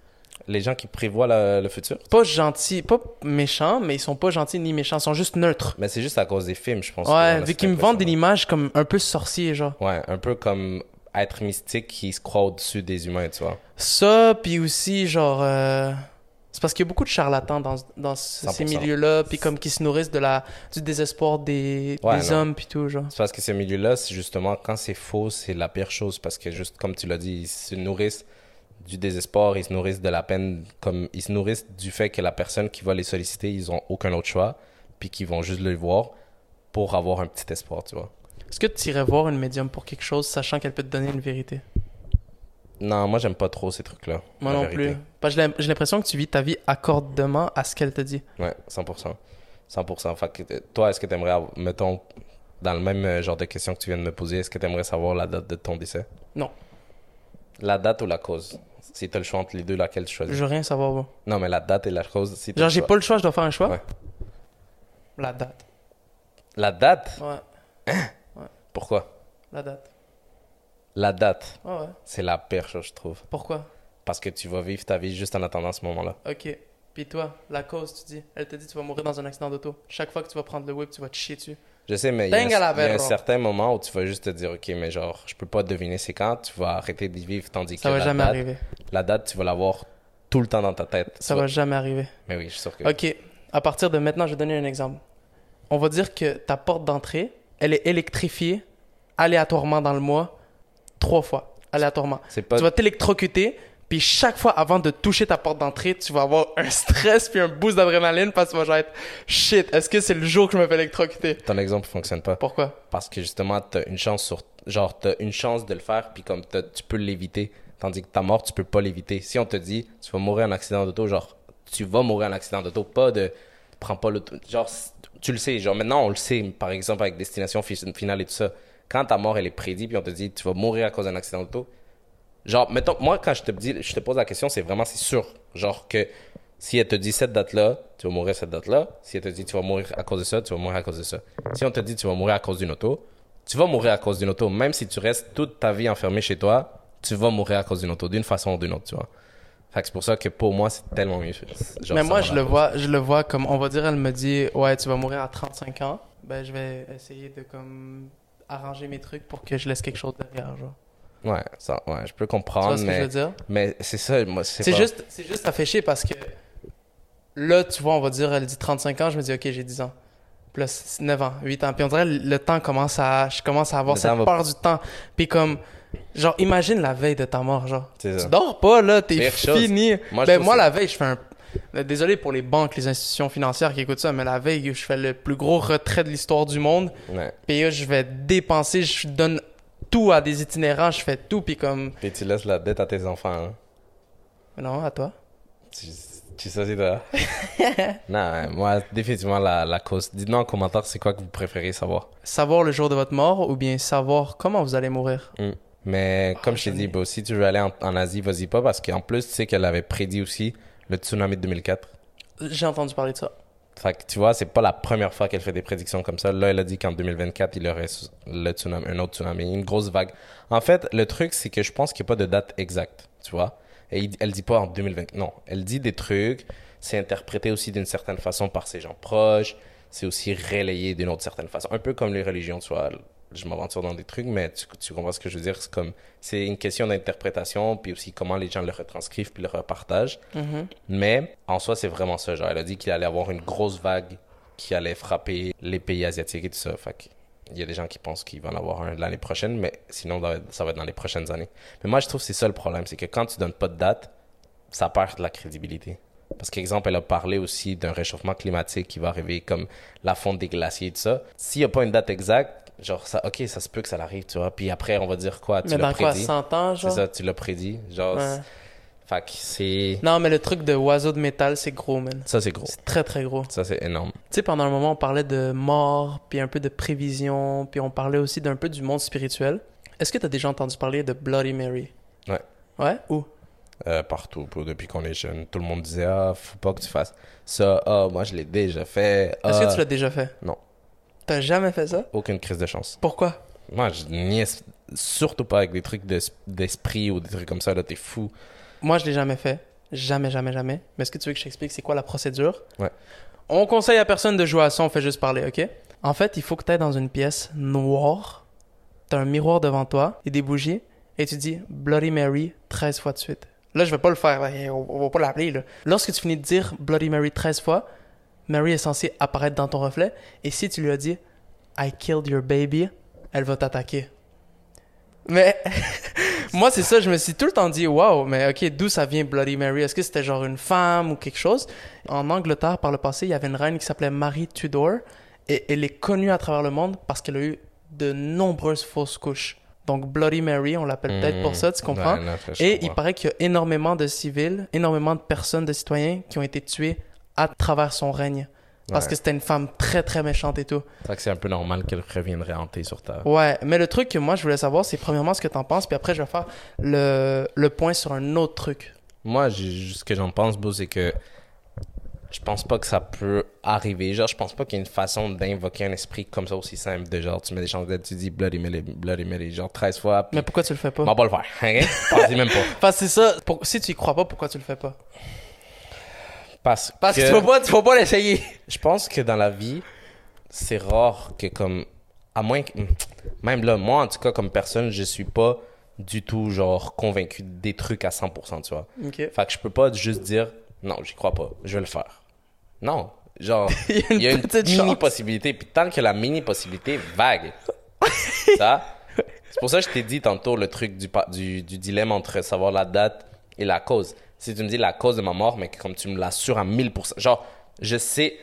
Les gens qui prévoient le futur? Pas gentils, pas méchants, mais ils sont pas gentils ni méchants, ils sont juste neutres. Mais c'est juste à cause des films, je pense. Ouais, vu qu'ils me vendent une image comme un peu sorcier, genre. Ouais, un peu comme être mystique qui se croit au-dessus des humains, tu vois. Ça, puis aussi, genre... C'est parce qu'il y a beaucoup de charlatans dans ces 100%. milieux-là, puis comme qui se nourrissent du désespoir des non. hommes, puis tout, genre. C'est parce que ces milieux-là, c'est justement, quand c'est faux, c'est la pire chose. Parce que, juste comme tu l'as dit, ils se nourrissent du désespoir, ils se nourrissent de la peine, comme ils se nourrissent du fait que la personne qui va les solliciter, ils ont aucun autre choix, puis qu'ils vont juste le voir pour avoir un petit espoir, tu vois. Est-ce que tu irais voir une médium pour quelque chose, sachant qu'elle peut te donner une vérité? Non, moi, j'aime pas trop ces trucs-là. Moi la non vérité. plus. Parce que j'ai l'impression que tu vis ta vie accordément à ce qu'elle te dit. Ouais, 100%. 100%. Fait que, toi, est-ce que tu aimerais, mettons, dans le même genre de question que tu viens de me poser, est-ce que tu aimerais savoir la date de ton décès? Non. La date ou la cause? Si tu as le choix entre les deux, laquelle tu choisis? Je veux rien savoir, moi. Non, mais la date et la cause, si t'as Genre, le j'ai choix. pas le choix, je dois faire un choix? Ouais. La date. La date? Ouais, Pourquoi? la date. La date, Ouais. c'est la pire chose, je trouve. Pourquoi? Parce que tu vas vivre ta vie juste en attendant ce moment-là. Ok. Puis toi, la cause, tu dis. Elle te dit tu vas mourir dans un accident d'auto. Chaque fois que tu vas prendre le whip, tu vas te chier dessus. Je sais, mais il y a Dingue à la il y a un verre. certain moment où tu vas juste te dire, OK, mais genre, je peux pas deviner c'est quand, tu vas arrêter d'y vivre, tandis Ça que va la jamais date, arriver. la date, tu vas l'avoir tout le temps dans ta tête. Ça Tu va jamais arriver. Mais oui, je suis sûr que... Ok. À partir de maintenant, je vais donner un exemple. On va dire que ta porte d'entrée, elle est électrifiée aléatoirement dans le mois 3 fois. Aléatoirement. C'est pas... Tu vas t'électrocuter, puis chaque fois avant de toucher ta porte d'entrée, tu vas avoir un stress puis un boost d'adrénaline parce que tu vas genre être shit, est-ce que c'est le jour que je me fais électrocuter? Ton exemple fonctionne pas. Pourquoi? Parce que justement, t'as une chance sur... Genre, t'as une chance de le faire, puis comme tu peux l'éviter. Tandis que ta mort, tu peux pas l'éviter. Si on te dit, tu vas mourir en accident d'auto, genre, tu vas mourir en accident d'auto, pas de... Prends pas l'auto... Genre, tu le sais. Genre, maintenant, on le sait, par exemple, avec Destination Finale et tout ça. Quand ta mort, elle est prédite, puis on te dit, tu vas mourir à cause d'un accident d'auto. Genre, mettons, moi, quand je te pose la question, c'est sûr. Genre que si elle te dit cette date-là, tu vas mourir cette date-là. Si elle te dit tu vas mourir à cause de ça, tu vas mourir à cause de ça. Si on te dit tu vas mourir à cause d'une auto, tu vas mourir à cause d'une auto. Même si tu restes toute ta vie enfermé chez toi, tu vas mourir à cause d'une auto, d'une façon ou d'une autre, tu vois. Fait que c'est pour ça que pour moi, c'est tellement mieux. Genre, Mais moi, ça je le vois comme, on va dire, elle me dit, ouais, tu vas mourir à 35 ans. Ben, je vais essayer de, comme, arranger mes trucs pour que je laisse quelque chose derrière, genre. Ouais, je peux Tu comprendre, vois ce que je veux dire? mais c'est ça, moi, C'est juste, ça fait chier parce que là, tu vois, on va dire, elle dit 35 ans, je me dis, ok, j'ai 10 ans. Puis là, c'est 9 ans, 8 ans. Puis on dirait, je commence à avoir Le cette temps va- peur du temps. Puis comme, genre, imagine la veille de ta mort, genre. C'est ça. Tu dors pas, là, t'es Pire chose. fini. Moi, je Ben, trouve moi, ça- la veille, je fais un... Désolé pour les banques, les institutions financières qui écoutent ça, mais la veille, je fais le plus gros retrait de l'histoire du monde. Ouais. Puis là, je vais dépenser, je donne tout à des itinérants, je fais tout, puis comme... Puis tu laisses la dette à tes enfants, hein. Non, à toi. Tu sais, c'est toi. Non, moi, définitivement, la cause. Dites-nous en commentaire, c'est quoi que vous préférez savoir. Savoir le jour de votre mort ou bien savoir comment vous allez mourir. Mais comme je t'ai j'en dit, ai- bah, si tu veux aller en Asie, vas-y pas, parce qu'en plus, tu sais qu'elle avait prédit aussi le tsunami de 2004. J'ai entendu parler de ça. Fait que tu vois, c'est pas la première fois qu'elle fait des prédictions comme ça. Là, elle a dit qu'en 2024, il y aurait le tsunami, un autre tsunami, une grosse vague. En fait, le truc, c'est que je pense qu'il n'y a pas de date exacte, tu vois. Et elle dit pas en 2020. Non, elle dit des trucs. C'est interprété aussi d'une certaine façon par ses gens proches. C'est aussi relayé d'une autre certaine façon. Un peu comme les religions, tu vois. Je m'aventure dans des trucs, mais tu comprends ce que je veux dire. C'est une question d'interprétation, puis aussi comment les gens le retranscrivent puis le repartagent. Mais en soi, c'est vraiment ça. Genre, elle a dit qu'il allait avoir une grosse vague qui allait frapper les pays asiatiques et tout ça. Fait il y a des gens qui pensent qu'il va en avoir un l'année prochaine, mais sinon, ça va être dans les prochaines années. Mais moi, je trouve que c'est ça le problème. C'est que quand tu donnes pas de date, ça perd de la crédibilité. Parce qu'exemple, elle a parlé aussi d'un réchauffement climatique qui va arriver comme la fonte des glaciers et tout ça. S'il n'y a pas une date exacte, genre, ça se peut que ça arrive, tu vois. Puis après, on va dire quoi? Tu Mais l'as dans quoi, prédit. 100 ans, genre? C'est ça, tu l'as prédit. Genre, Ouais. fait que c'est... Non, mais le truc de oiseau de métal, c'est gros, man. Ça, c'est gros. C'est très, très gros. Ça, c'est énorme. Tu sais, pendant un moment, on parlait de mort, puis un peu de prévision, puis on parlait aussi d'un peu du monde spirituel. Est-ce que tu as déjà entendu parler de Bloody Mary? Ouais. Ouais? Où? Partout, depuis qu'on est jeune. Tout le monde disait, ah, faut pas que tu fasses ça. Ah, moi, je l'ai déjà fait. Est-ce Ah. que tu l'as déjà fait? Non. T'as jamais fait ça? Aucune crise de chance. Pourquoi? Moi, je niaise surtout pas avec des trucs d'esprit ou des trucs comme ça. Là, t'es fou. Moi, je l'ai jamais fait. Jamais, jamais, jamais. Mais est-ce que tu veux que je t'explique c'est quoi la procédure? Ouais. On conseille à personne de jouer à ça, on fait juste parler, ok? En fait, il faut que tu ailles dans une pièce noire, tu as un miroir devant toi et des bougies, et tu dis Bloody Mary 13 fois de suite. Là, je vais pas le faire, on va pas l'appeler, là. Lorsque tu finis de dire Bloody Mary 13 fois, Mary est censée apparaître dans ton reflet, et si tu lui as dit I killed your baby, elle va t'attaquer. Mais moi, c'est ça, je me suis tout le temps dit, wow, mais ok, d'où ça vient Bloody Mary? Est-ce que c'était genre une femme ou quelque chose? En Angleterre, par le passé, il y avait une reine qui s'appelait Marie Tudor et elle est connue à travers le monde parce qu'elle a eu de nombreuses fausses couches. Donc Bloody Mary, on l'appelle peut-être pour ça, tu comprends? Ouais, non, je Et comprends. il paraît qu'il y a énormément de civils, énormément de personnes, de citoyens qui ont été tués à travers son règne. Parce Ouais. que c'était une femme très très méchante et tout. C'est vrai que c'est un peu normal qu'elle reviendrait hanter sur Terre. Ouais, mais le truc que moi je voulais savoir, c'est premièrement ce que t'en penses, puis après je vais faire le point sur un autre truc. Moi, ce que j'en pense, bro, c'est que je pense pas que ça peut arriver. Genre, je pense pas qu'il y ait une façon d'invoquer un esprit comme ça aussi simple. De genre, tu mets des chandelles, tu dis Bloody Mary, genre 13 fois. Puis... Mais pourquoi tu le fais pas? On va pas le faire, ok? Pensez même pas. Enfin, c'est ça. Si tu y crois pas, pourquoi tu le fais pas? Parce Parce que tu vas pas l'essayer. Je pense que dans la vie, c'est rare que comme... À moins que... Même là, moi, en tout cas, comme personne, je suis pas du tout, genre, convaincu des trucs à 100%, tu vois. Ok. Fait que je peux pas juste dire, non, j'y crois pas, je vais le faire. Non. Genre, il y a une petite mini chance. possibilité, puis tant que la mini possibilité vague, ça, c'est pour ça que je t'ai dit tantôt le truc du dilemme entre savoir la date et la cause. Si tu me dis la cause de ma mort, mais que comme tu me l'assures à 1000%, genre, je sais,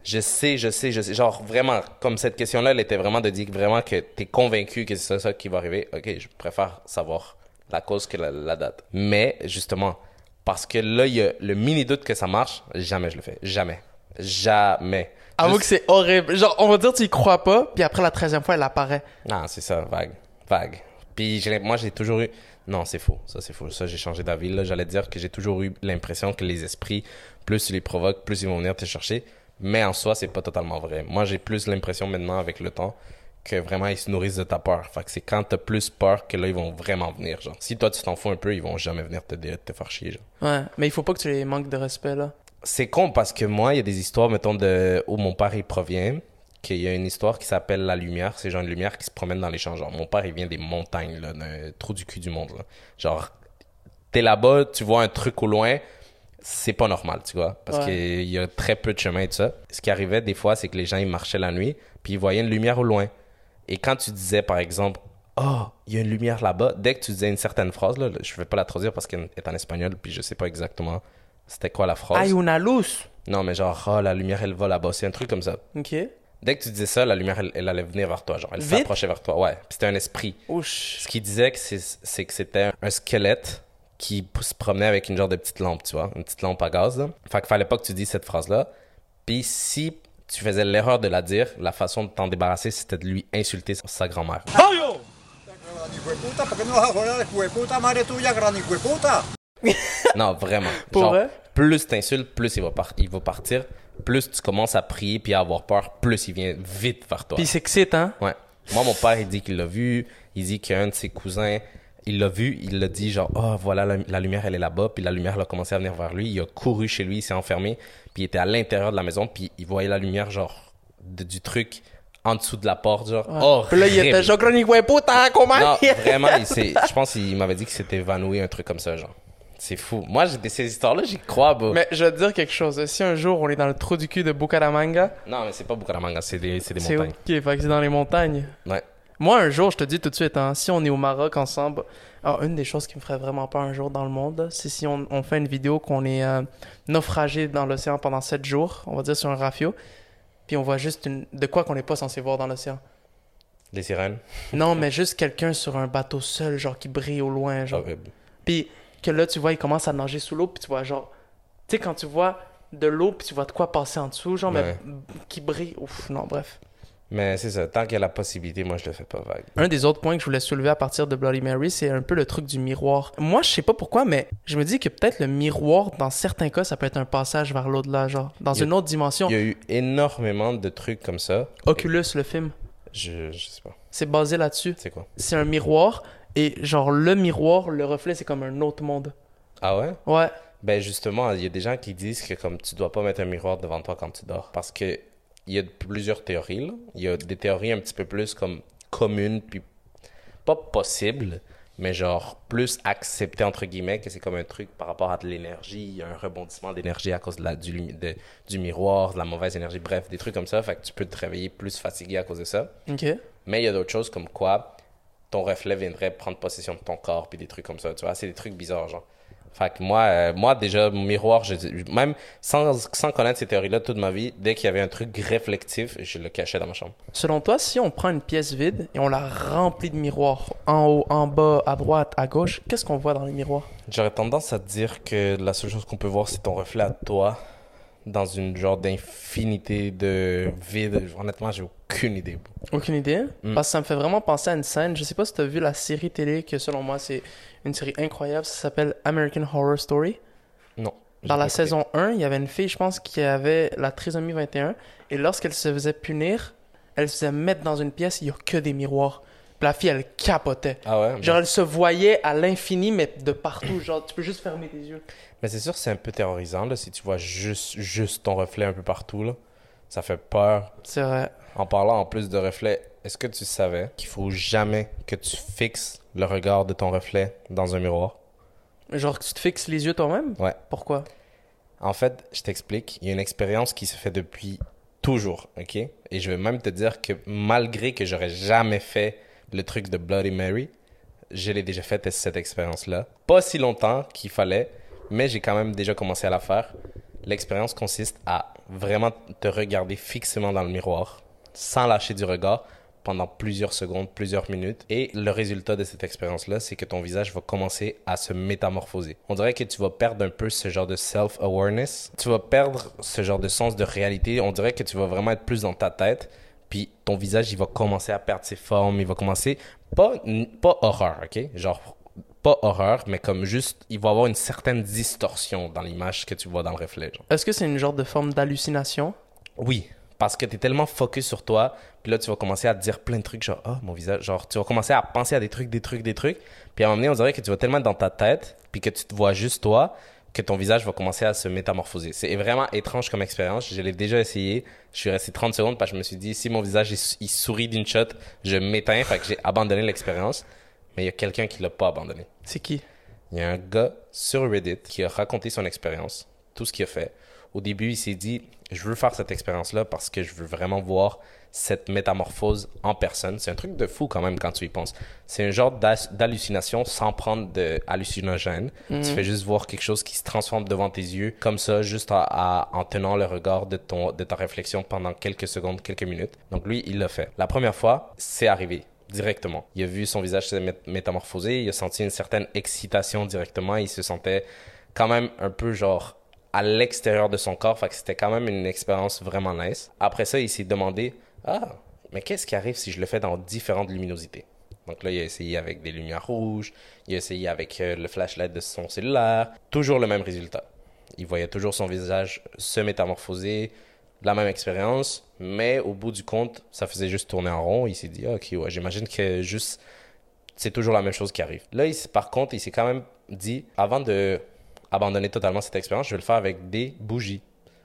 genre vraiment, comme cette question-là, elle était vraiment de dire vraiment que t'es convaincu que c'est ça qui va arriver. Ok, je préfère savoir la cause que la date. Mais, justement, parce que là, il y a le mini doute que ça marche, jamais je le fais. Jamais. Jamais. Avoue Juste- que c'est horrible. Genre, on va dire tu y crois pas, puis après la 13e fois, elle apparaît. Non, c'est ça, vague. Puis moi, j'ai toujours eu... Non, c'est faux. Ça, c'est faux. Ça, j'ai changé d'avis. Là, j'allais dire que j'ai toujours eu l'impression que les esprits, plus tu les provoques, plus ils vont venir te chercher. Mais en soi, c'est pas totalement vrai. Moi, j'ai plus l'impression maintenant, avec le temps, que vraiment, ils se nourrissent de ta peur. Fait que c'est quand t'as plus peur que là, ils vont vraiment venir, genre. Si toi, tu t'en fous un peu, ils vont jamais venir te faire chier, genre. Ouais, mais il faut pas que tu les manques de respect, là. C'est con parce que moi, il y a des histoires, mettons, où mon père, il provient, qu'il y a une histoire qui s'appelle La Lumière. C'est genre une lumière qui se promène dans les champs. Genre, mon père, il vient des montagnes, là, d'un trou du cul du monde, là. Genre, t'es là-bas, tu vois un truc au loin, c'est pas normal, tu vois. Parce Ouais. qu'il y a très peu de chemin et tout ça. Ce qui arrivait, des fois, c'est que les gens, ils marchaient la nuit, puis ils voyaient une lumière au loin. Et quand tu disais, par exemple, oh, il y a une lumière là-bas, dès que tu disais une certaine phrase, là, je vais pas la traduire parce qu'elle est en espagnol, puis je sais pas exactement c'était quoi la phrase. Hay una luz. Non, mais genre, oh, la lumière, elle va là-bas. C'est un truc comme ça. Ok. Dès que tu disais ça, la lumière, elle allait venir vers toi. Genre, elle Vite? s'approchait vers toi. Ouais. Puis c'était un esprit. Ouch. Ce qu'il disait, c'est que c'était un squelette qui se promenait avec une genre de petite lampe, tu vois. Une petite lampe à gaz, là. Fait qu'il fallait pas que tu dises cette phrase-là. Puis si tu faisais l'erreur de la dire, la façon de t'en débarrasser, c'était de lui insulter sa grand-mère. Gran hijueputa, ¿por qué no vas a joder a la hijueputa madre tuya, gran hijueputa? Non, vraiment. Pour Genre, vrai? plus t'insultes, plus il va partir. Plus tu commences à prier puis à avoir peur, plus il vient vite vers toi. Puis il s'excite, hein? Ouais. Moi, mon père, il dit qu'il l'a vu. Il dit qu'un de ses cousins, il l'a vu. Il l'a dit genre, oh, voilà, la lumière, elle est là-bas. Puis la lumière, elle a commencé à venir vers lui. Il a couru chez lui, il s'est enfermé. Puis il était à l'intérieur de la maison. Puis il voyait la lumière, genre, du truc en dessous de la porte, genre. Ouais. Puis là, il était genre, Gran hijueputa, comment? Non, vraiment, je pense qu'il m'avait dit qu'il s'était évanoui, un truc comme ça, genre. C'est fou. Moi, ces histoires-là, j'y crois, bro. Mais je vais te dire quelque chose. Si un jour on est dans le trou du cul de Bucaramanga, Non, mais c'est pas Bucaramanga, c'est des c'est montagnes. ok, fait que c'est dans les montagnes. Ouais. Moi, un jour, je te dis tout de suite, hein, si on est au Maroc ensemble, alors, une des choses qui me ferait vraiment peur un jour dans le monde, c'est si on fait une vidéo qu'on est naufragé dans l'océan pendant 7 jours, on va dire sur un rafio, puis on voit juste de quoi qu'on n'est pas censé voir dans l'océan. Les sirènes. Non, mais juste quelqu'un sur un bateau seul, genre qui brille au loin, genre. Horrible. Puis que là, tu vois, il commence à nager sous l'eau, puis tu vois, genre, tu sais, quand tu vois de l'eau, puis tu vois de quoi passer en dessous, genre, Ouais. mais qui brille. Ouf, non, bref. Mais c'est ça, tant qu'il y a la possibilité, moi, je le fais pas vague. Un des autres points que je voulais soulever à partir de Bloody Mary, c'est un peu le truc du miroir. Moi, je sais pas pourquoi, mais je me dis que peut-être le miroir, dans certains cas, ça peut être un passage vers l'au-delà, genre, dans une autre dimension. Il y a eu énormément de trucs comme ça. Oculus, le film, Je sais pas. c'est basé là-dessus. C'est quoi? C'est un miroir, et genre, le miroir, le reflet, c'est comme un autre monde. Ah ouais? Ouais. Ben justement, il y a des gens qui disent que comme tu dois pas mettre un miroir devant toi quand tu dors. Parce que il y a plusieurs théories, là. Il y a des théories un petit peu plus comme communes, puis pas possibles, mais genre plus acceptées entre guillemets, que c'est comme un truc par rapport à de l'énergie. Il y a un rebondissement d'énergie à cause du miroir, de la mauvaise énergie, bref, des trucs comme ça. Fait que tu peux te réveiller plus fatigué à cause de ça. OK. Mais il y a d'autres choses comme quoi ton reflet viendrait prendre possession de ton corps, puis des trucs comme ça, tu vois. C'est des trucs bizarres, genre. Fait que moi déjà, mon miroir, même sans connaître ces théories-là toute ma vie, dès qu'il y avait un truc réflectif, je le cachais dans ma chambre. Selon toi, si on prend une pièce vide et on la remplit de miroirs, en haut, en bas, à droite, à gauche, qu'est-ce qu'on voit dans les miroirs? J'aurais tendance à te dire que la seule chose qu'on peut voir, c'est ton reflet à toi, dans une genre d'infinité de vide. Honnêtement, j'ai aucune idée. Aucune idée. Parce que ça me fait vraiment penser à une scène. Je sais pas si tu as vu la série télé, que selon moi, c'est une série incroyable. Ça s'appelle American Horror Story. Non. Dans la saison 1, il y avait une fille, je pense, qui avait la trisomie 21. Et lorsqu'elle se faisait punir, elle se faisait mettre dans une pièce, il y a que des miroirs. Puis la fille, elle capotait. Ah ouais? Genre, elle se voyait à l'infini, mais de partout. Genre, tu peux juste fermer tes yeux. Mais c'est sûr, c'est un peu terrorisant, là, si tu vois juste ton reflet un peu partout, là. Ça fait peur. C'est vrai. En parlant en plus de reflet, est-ce que tu savais qu'il faut jamais que tu fixes le regard de ton reflet dans un miroir? Genre que tu te fixes les yeux toi-même? Ouais. Pourquoi? En fait, je t'explique. Il y a une expérience qui se fait depuis toujours, OK? Et je vais même te dire que malgré que j'aurais jamais fait le truc de Bloody Mary, je l'ai déjà fait cette expérience-là. Pas si longtemps qu'il fallait, mais j'ai quand même déjà commencé à la faire. L'expérience consiste à vraiment te regarder fixement dans le miroir, sans lâcher du regard, pendant plusieurs secondes, plusieurs minutes. Et le résultat de cette expérience-là, c'est que ton visage va commencer à se métamorphoser. On dirait que tu vas perdre un peu ce genre de self-awareness. Tu vas perdre ce genre de sens de réalité. On dirait que tu vas vraiment être plus dans ta tête. Puis ton visage, il va commencer à perdre ses formes. Il va commencer... Pas horreur, OK? Genre, pas horreur, mais comme juste... Il va y avoir une certaine distorsion dans l'image que tu vois dans le reflet. Genre. Est-ce que c'est une genre de forme d'hallucination? Oui, parce que tu es tellement focus sur toi, puis là, tu vas commencer à te dire plein de trucs, genre, oh, mon visage, genre, tu vas commencer à penser à des trucs, puis à un moment donné, on dirait que tu vas tellement être dans ta tête, puis que tu te vois juste toi, que ton visage va commencer à se métamorphoser. C'est vraiment étrange comme expérience, je l'ai déjà essayé, je suis resté 30 secondes, parce que je me suis dit, si mon visage, il sourit d'une shot, je m'éteins, fait que j'ai abandonné l'expérience, mais il y a quelqu'un qui l'a pas abandonné. C'est qui? Il y a un gars sur Reddit qui a raconté son expérience, tout ce qu'il a fait. Au début, il s'est dit, je veux faire cette expérience-là parce que je veux vraiment voir cette métamorphose en personne. C'est un truc de fou quand même quand tu y penses. C'est un genre d'hallucination sans prendre de hallucinogène. Tu fais juste voir quelque chose qui se transforme devant tes yeux comme ça, juste en tenant le regard de ta réflexion pendant quelques secondes, quelques minutes. Donc lui, il l'a fait. La première fois, c'est arrivé directement. Il a vu son visage se métamorphoser, il a senti une certaine excitation directement, il se sentait quand même un peu genre à l'extérieur de son corps, fait que c'était quand même une expérience vraiment nice. Après ça, il s'est demandé, mais qu'est-ce qui arrive si je le fais dans différentes luminosités? Donc là, il a essayé avec des lumières rouges, il a essayé avec le flashlight de son cellulaire, toujours le même résultat. Il voyait toujours son visage se métamorphoser, la même expérience, mais au bout du compte, ça faisait juste tourner en rond. Il s'est dit, ok, ouais, j'imagine que juste, c'est toujours la même chose qui arrive. Là, par contre, il s'est quand même dit, avant de abandonner totalement cette expérience, je vais le faire avec des bougies.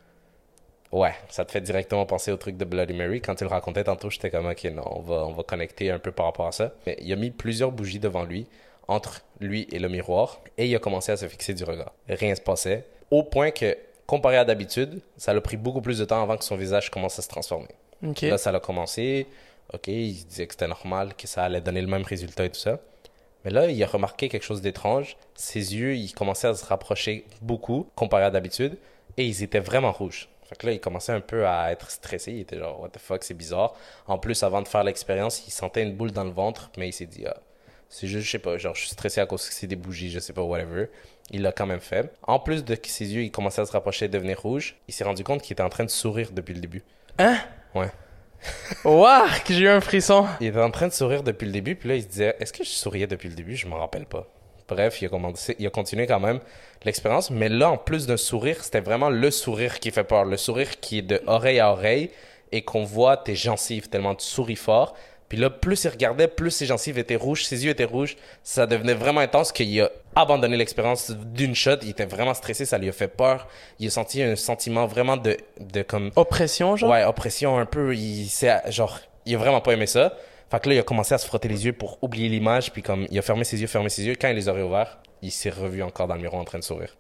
Ouais, ça te fait directement penser au truc de Bloody Mary. Quand tu le racontais tantôt, j'étais comme, ok, non, on va connecter un peu par rapport à ça. Mais il a mis plusieurs bougies devant lui, entre lui et le miroir, et il a commencé à se fixer du regard. Rien se passait, au point que, comparé à d'habitude, ça l'a pris beaucoup plus de temps avant que son visage commence à se transformer. Okay. Là, ça l'a commencé, ok, il se disait que c'était normal, que ça allait donner le même résultat et tout ça. Mais là, il a remarqué quelque chose d'étrange. Ses yeux, ils commençaient à se rapprocher beaucoup, comparé à d'habitude, et ils étaient vraiment rouges. Fait que là, il commençait un peu à être stressé. Il était genre, what the fuck, c'est bizarre. En plus, avant de faire l'expérience, il sentait une boule dans le ventre, mais il s'est dit, c'est juste, je sais pas, genre, je suis stressé à cause que c'est des bougies, je sais pas, whatever. Il l'a quand même fait. En plus de que ses yeux, ils commençaient à se rapprocher et devenir rouges, il s'est rendu compte qu'il était en train de sourire depuis le début. Hein? Ouais. Waouh, que j'ai eu un frisson. Il était en train de sourire depuis le début, puis là, il se disait, est-ce que je souriais depuis le début? Je m'en rappelle pas. Bref, il a continué quand même l'expérience, mais là, en plus d'un sourire, c'était vraiment le sourire qui fait peur. Le sourire qui est de oreille à oreille et qu'on voit tes gencives tellement tu souris fort. Puis là, plus il regardait, plus ses gencives étaient rouges, ses yeux étaient rouges. Ça devenait vraiment intense qu'il a abandonné l'expérience d'une shot. Il était vraiment stressé, ça lui a fait peur. Il a senti un sentiment vraiment de comme... Oppression, genre? Ouais, oppression un peu. Il a vraiment pas aimé ça. Fait que là, il a commencé à se frotter les yeux pour oublier l'image. Puis comme, il a fermé ses yeux. Quand il les a réouverts, il s'est revu encore dans le miroir en train de sourire.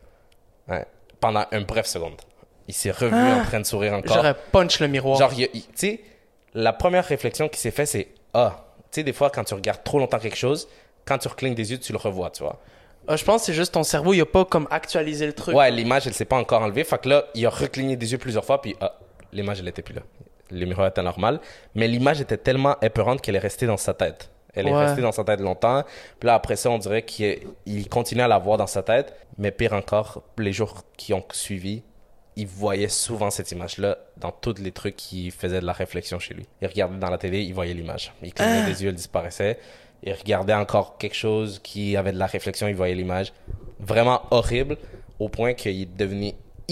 Ouais. Pendant une brève seconde. Il s'est revu en train de sourire encore. J'aurais punch le miroir. Genre, tu sais, la première réflexion qui s'est faite, c'est tu sais, des fois, quand tu regardes trop longtemps quelque chose, quand tu reclignes des yeux, tu le revois, tu vois. Je pense que c'est juste ton cerveau, il a pas comme actualisé le truc. Ouais, l'image, elle s'est pas encore enlevée. Fait que là, il a recligné des yeux plusieurs fois, puis l'image, elle était plus là. Le miroir était normal. Mais l'image était tellement épeurante qu'elle est restée dans sa tête. Elle est restée dans sa tête longtemps. Puis là, après ça, on dirait qu'il continuait à la voir dans sa tête. Mais pire encore, les jours qui ont suivi, il voyait souvent cette image-là dans tous les trucs qui faisaient de la réflexion chez lui. Il regardait dans la télé, il voyait l'image. Il clignait des yeux, elle disparaissait. Il regardait encore quelque chose qui avait de la réflexion, il voyait l'image. Vraiment horrible, au point qu'il est devenu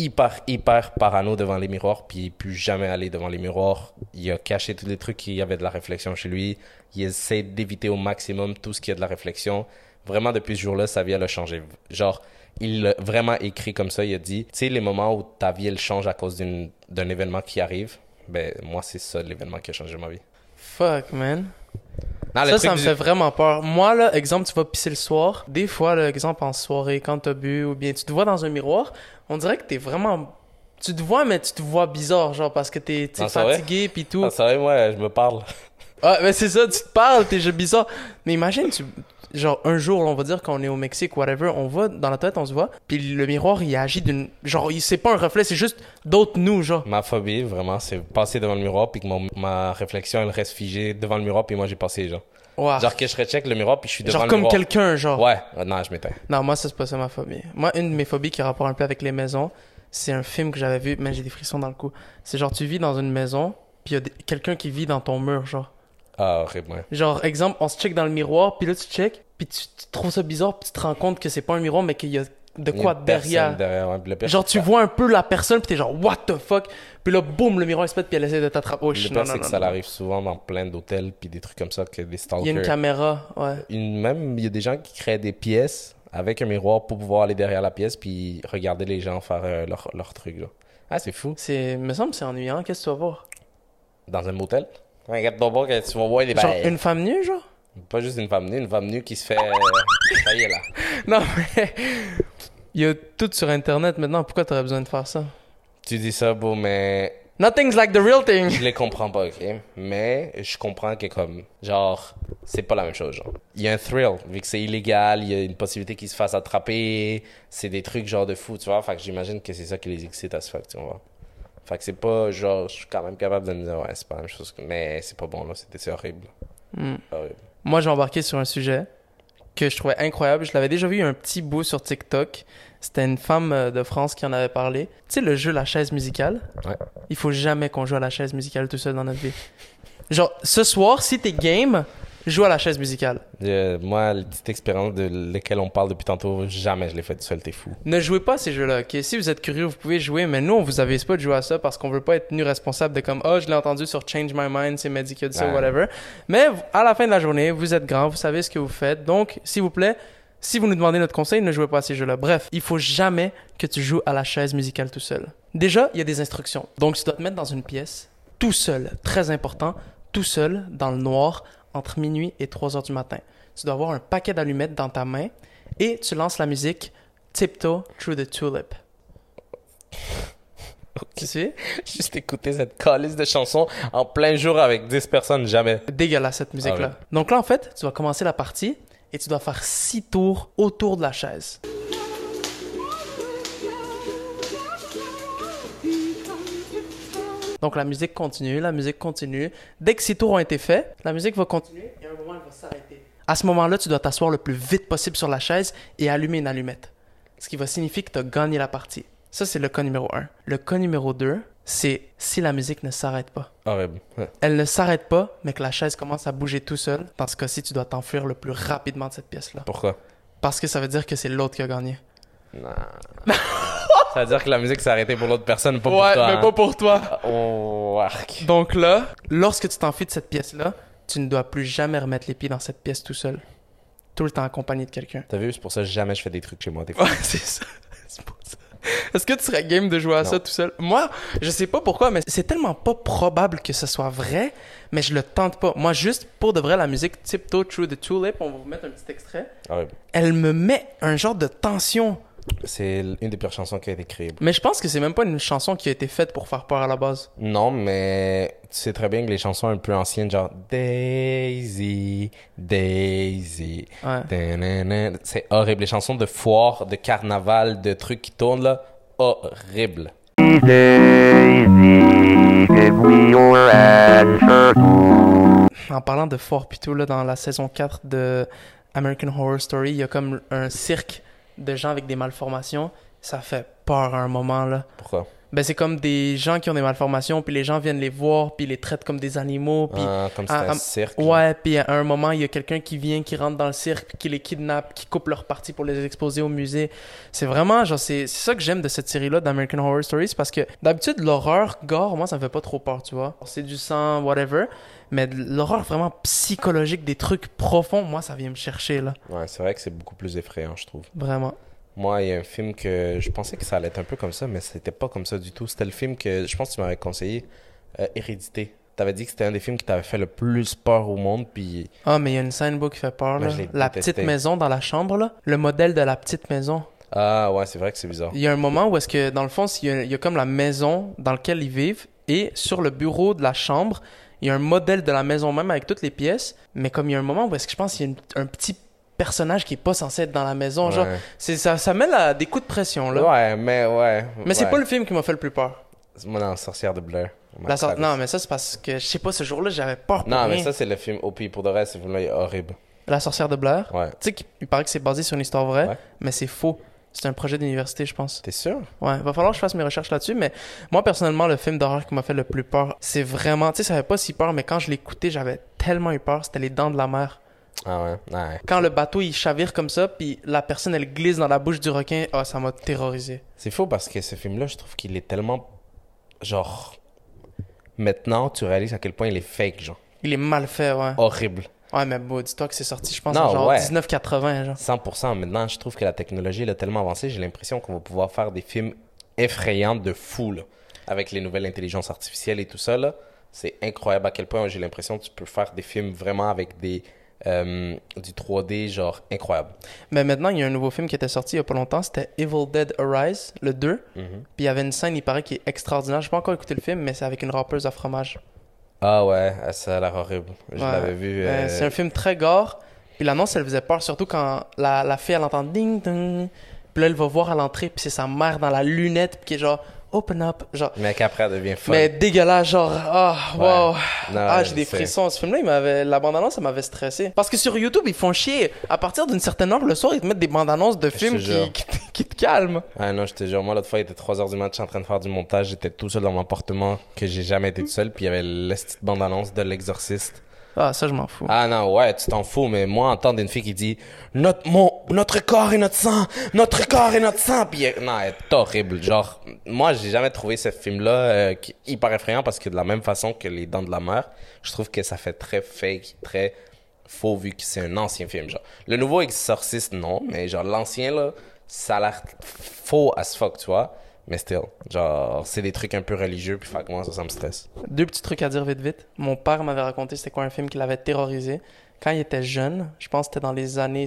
hyper parano devant les miroirs, puis il ne peut plus jamais aller devant les miroirs. Il a caché tous les trucs qui avaient de la réflexion chez lui. Il essaie d'éviter au maximum tout ce qui a de la réflexion. Vraiment, depuis ce jour-là, sa vie, elle a changé. Genre, il l'a vraiment écrit comme ça. Il a dit, tu sais, les moments où ta vie, elle change à cause d'un événement qui arrive, ben, moi, c'est ça l'événement qui a changé ma vie. Fuck, man. Non, ça me fait vraiment peur. Moi, là, exemple, tu vas pisser le soir. Des fois, là, exemple, en soirée, quand t'as bu, ou bien tu te vois dans un miroir, on dirait que t'es vraiment... Tu te vois, mais tu te vois bizarre, genre, parce que t'es fatigué, pis tout. Ah, c'est vrai, moi, je me parle. Ah, mais c'est ça, tu te parles, t'es juste bizarre. Mais imagine, genre, un jour, on va dire qu'on est au Mexique, whatever, on va dans la tête, on se voit, puis le miroir, il agit d'une... Genre, c'est pas un reflet, c'est juste d'autres nous, genre. Ma phobie, vraiment, c'est passer devant le miroir, puis que ma réflexion, elle reste figée devant le miroir, puis moi, j'ai passé, genre. Wow. Genre que je recheck le miroir, puis je suis devant genre le miroir. Genre comme quelqu'un, genre. Ouais, non, je m'éteins. Non, moi, ça, c'est pas ça ma phobie. Moi, une de mes phobies qui a rapport un peu avec les maisons, c'est un film que j'avais vu, mais j'ai des frissons dans le cou. C'est genre, tu vis dans une maison, puis il y a quelqu'un qui vit dans ton mur, genre. Ah, horrible, ouais. Genre, exemple, on se check dans le miroir, puis là, tu check, puis tu trouves ça bizarre, puis tu te rends compte que c'est pas un miroir, mais qu'il y a de quoi derrière. Ouais, genre, tu vois un peu la personne, puis t'es genre, what the fuck? Puis là, boum, le miroir il se pète, puis elle essaie de t'attraper. Oh, le pire, c'est que ça arrive souvent dans plein d'hôtels, puis des trucs comme ça, que des stalkers. Il y a une caméra, ouais. Même, il y a des gens qui créent des pièces avec un miroir pour pouvoir aller derrière la pièce, puis regarder les gens faire leur truc, là. Ah, c'est fou. Il me semble que c'est ennuyant. Qu'est-ce que tu vas voir? Dans un motel? Regarde ton bord, tu vas voir des genre une femme nue, genre? Pas juste une femme nue qui se fait... ça y est, là. Non, mais... Il y a tout sur Internet maintenant. Pourquoi t'aurais besoin de faire ça? Tu dis ça, beau, mais... Nothing's like the real thing. Je les comprends pas, ok? Mais je comprends que comme... Genre, c'est pas la même chose, genre. Il y a un thrill, vu que c'est illégal, il y a une possibilité qu'ils se fassent attraper. C'est des trucs genre de fou, tu vois? Fait que j'imagine que c'est ça qui les excite à se faire, tu vois? Fait que c'est pas genre... Je suis quand même capable de me dire, ouais, c'est pas la même chose. Mais c'est pas bon, là. C'est horrible. Horrible. Moi, j'ai embarqué sur un sujet que je trouvais incroyable. Je l'avais déjà vu un petit bout sur TikTok. C'était une femme de France qui en avait parlé. Tu sais, le jeu La chaise musicale? Ouais. Il faut jamais qu'on joue à la chaise musicale tout seul dans notre vie. Genre, ce soir, si t'es game, joue à la chaise musicale. Moi, les petites expériences de lesquelles on parle depuis tantôt, jamais je l'ai fait tout seul, t'es fou. Ne jouez pas à ces jeux-là, ok? Si vous êtes curieux, vous pouvez jouer, mais nous, on vous avise pas de jouer à ça parce qu'on veut pas être tenu responsable de comme, oh, je l'ai entendu sur Change My Mind, c'est Mehdi qui a dit ça, whatever. Mais à la fin de la journée, vous êtes grand, vous savez ce que vous faites. Donc, s'il vous plaît, si vous nous demandez notre conseil, ne jouez pas à ces jeux-là. Bref, il faut jamais que tu joues à la chaise musicale tout seul. Déjà, il y a des instructions. Donc, tu dois te mettre dans une pièce, tout seul, très important, tout seul, dans le noir, entre minuit et 3 heures du matin. Tu dois avoir un paquet d'allumettes dans ta main et tu lances la musique Tiptoe Through the Tulip. Okay. Tu sais? Juste écouter cette calice de chansons en plein jour avec 10 personnes, jamais. Dégueulasse cette musique-là. Ah ouais. Donc là, en fait, tu vas commencer la partie et tu dois faire 6 tours autour de la chaise. Donc la musique continue. Dès que 6 tours ont été faits, la musique va continuer et à un moment, elle va s'arrêter. À ce moment-là, tu dois t'asseoir le plus vite possible sur la chaise et allumer une allumette. Ce qui va signifier que tu as gagné la partie. Ça, c'est le cas numéro 1. Le cas numéro 2, c'est si la musique ne s'arrête pas. Horrible. Ouais. Elle ne s'arrête pas, mais que la chaise commence à bouger tout seul. Dans ce cas-ci, tu dois t'enfuir le plus rapidement de cette pièce-là. Pourquoi? Parce que ça veut dire que c'est l'autre qui a gagné. Non. Ça veut dire que la musique s'est arrêtée pour l'autre personne, pas pour toi. Ouais, mais pas pour toi. Oh, arc. Donc là, lorsque tu t'enfuis de cette pièce-là, tu ne dois plus jamais remettre les pieds dans cette pièce tout seul. Tout le temps accompagné de quelqu'un. T'as vu, c'est pour ça que jamais je fais des trucs chez moi des fois. Ouais, c'est ça. C'est pour ça. Est-ce que tu serais game de jouer à ça tout seul? Moi, je sais pas pourquoi, mais c'est tellement pas probable que ce soit vrai, mais je le tente pas. Moi, juste pour de vrai, la musique Tiptoe Through the Tulip, on va vous mettre un petit extrait. Ah ouais. Elle me met un genre de tension. C'est une des pires chansons qui a été créée. Mais je pense que c'est même pas une chanson qui a été faite pour faire peur à la base. Non, mais tu sais très bien que les chansons un peu anciennes, genre Daisy, Daisy, Ouais. danana, c'est horrible. Les chansons de foire, de carnaval, de trucs qui tournent là, horrible. En parlant de fort pis tout, là, dans la saison 4 de American Horror Story, il y a comme un cirque de gens avec des malformations. Ça fait peur à un moment, là. Pourquoi? Ben, c'est comme des gens qui ont des malformations, puis les gens viennent les voir, puis ils les traitent comme des animaux, puis... Comme c'était un cirque. Ouais, puis à un moment, il y a quelqu'un qui vient, qui rentre dans le cirque, puis qui les kidnappe, qui coupe leurs parties pour les exposer au musée. C'est vraiment, genre, c'est ça que j'aime de cette série-là, d'American Horror Story, c'est parce que d'habitude, l'horreur, gore, moi, ça me fait pas trop peur, tu vois. C'est du sang, whatever, mais l'horreur vraiment psychologique, des trucs profonds, moi, ça vient me chercher, là. Ouais, c'est vrai que c'est beaucoup plus effrayant, je trouve. Vraiment. Moi, il y a un film que je pensais que ça allait être un peu comme ça, mais c'était pas comme ça du tout. C'était le film que je pense que tu m'avais conseillé, Hérédité. T'avais dit que c'était un des films qui t'avait fait le plus peur au monde, puis... Ah, mais il y a une scène beau qui fait peur, Moi, là. je l'ai La détesté. petite maison dans la chambre, là. Le modèle de la petite maison. Ah ouais, c'est vrai que c'est bizarre. Il y a un moment où est-ce que, dans le fond, il y a comme la maison dans laquelle ils vivent, et sur le bureau de la chambre, il y a un modèle de la maison même avec toutes les pièces, mais comme il y a un moment où est-ce que je pense qu'il y a un petit personnage qui est pas censé être dans la maison, genre, Ouais. ça met des coups de pression, là. Ouais, mais ouais. Mais c'est ouais. pas le film qui m'a fait le plus peur. Moi, non, Sorcière de Blair. Ouais, Non, mais ça, c'est parce que, je sais pas, ce jour-là, j'avais peur pour Non, rien. mais ça, c'est le film. Au pire, pour de vrai, ce film-là est horrible. La sorcière de Blair. Ouais. Tu sais qu'il paraît que c'est basé sur une histoire vraie, Ouais. mais c'est faux. C'est un projet d'université, je pense. T'es sûr? Ouais, va falloir que je fasse mes recherches là-dessus, mais moi, personnellement, le film d'horreur qui m'a fait le plus peur, c'est vraiment... Tu sais, ça fait pas si peur, mais quand je l'ai écouté, j'avais tellement eu peur, c'était Les Dents de la Mer. Ah ouais? Ouais. Quand le bateau, il chavire comme ça, puis la personne, elle glisse dans la bouche du requin, ah, ça m'a terrorisé. C'est faux parce que ce film-là, je trouve qu'il est tellement. Genre. Maintenant, tu réalises à quel point il est fake, genre. Il est mal fait, ouais. Horrible. Ouais, mais bon, dis-toi que c'est sorti, je pense, Non, en genre ouais. 1980, genre. 100%. Maintenant, je trouve que la technologie elle a tellement avancé, j'ai l'impression qu'on va pouvoir faire des films effrayants de fou, là. Avec les nouvelles intelligences artificielles et tout ça, là. C'est incroyable à quel point j'ai l'impression que tu peux faire des films vraiment avec du 3D, genre incroyable. Mais maintenant, il y a un nouveau film qui était sorti il y a pas longtemps, c'était Evil Dead Arise, le 2. Puis il y avait une scène, il paraît, qui est extraordinaire. Je n'ai pas encore écouté le film, mais c'est avec une rappeuse à fromage. Ah ouais, ça a l'air horrible. Je Ouais. l'avais vu. C'est un film très gore. Puis l'annonce, elle faisait peur, surtout quand la fille, elle entend ding ding. Puis là, elle va voir à l'entrée, puis c'est sa mère dans la lunette, puis qui est genre open up. Genre, Mais qu'après, elle devient folle. mais dégueulasse, genre, ah, Ouais. wow. Non, Ah, j'ai je des sais. frissons. Ce film-là, la bande-annonce, ça m'avait stressé. Parce que sur YouTube, ils font chier. À partir d'une certaine heure, le soir, ils te mettent des bandes-annonces de films te jure. qui te calment. Ah non, je te jure, moi l'autre fois il était 3h du match en train de faire du montage, j'étais tout seul dans mon appartement, que j'ai jamais été tout seul, puis il y avait la petite bande-annonce de l'exorciste. Ah, ça, je m'en fous. Ah non, ouais, tu t'en fous, mais moi entendre une fille qui dit notre corps et notre sang, notre corps et notre sang, puis non, elle est horrible. Genre, moi j'ai jamais trouvé ce film-là qui est hyper effrayant parce que de la même façon que Les Dents de la Mer, je trouve que ça fait très fake, très faux vu que c'est un ancien film. Genre, le nouveau Exorciste, non, mais genre l'ancien là, ça a l'air faux as fuck, tu vois. Mais still, genre, c'est des trucs un peu religieux, puis fait que moi, ça me stresse. Deux petits trucs à dire vite vite. Mon père m'avait raconté c'était quoi un film qui l'avait terrorisé. Quand il était jeune, je pense que c'était dans les années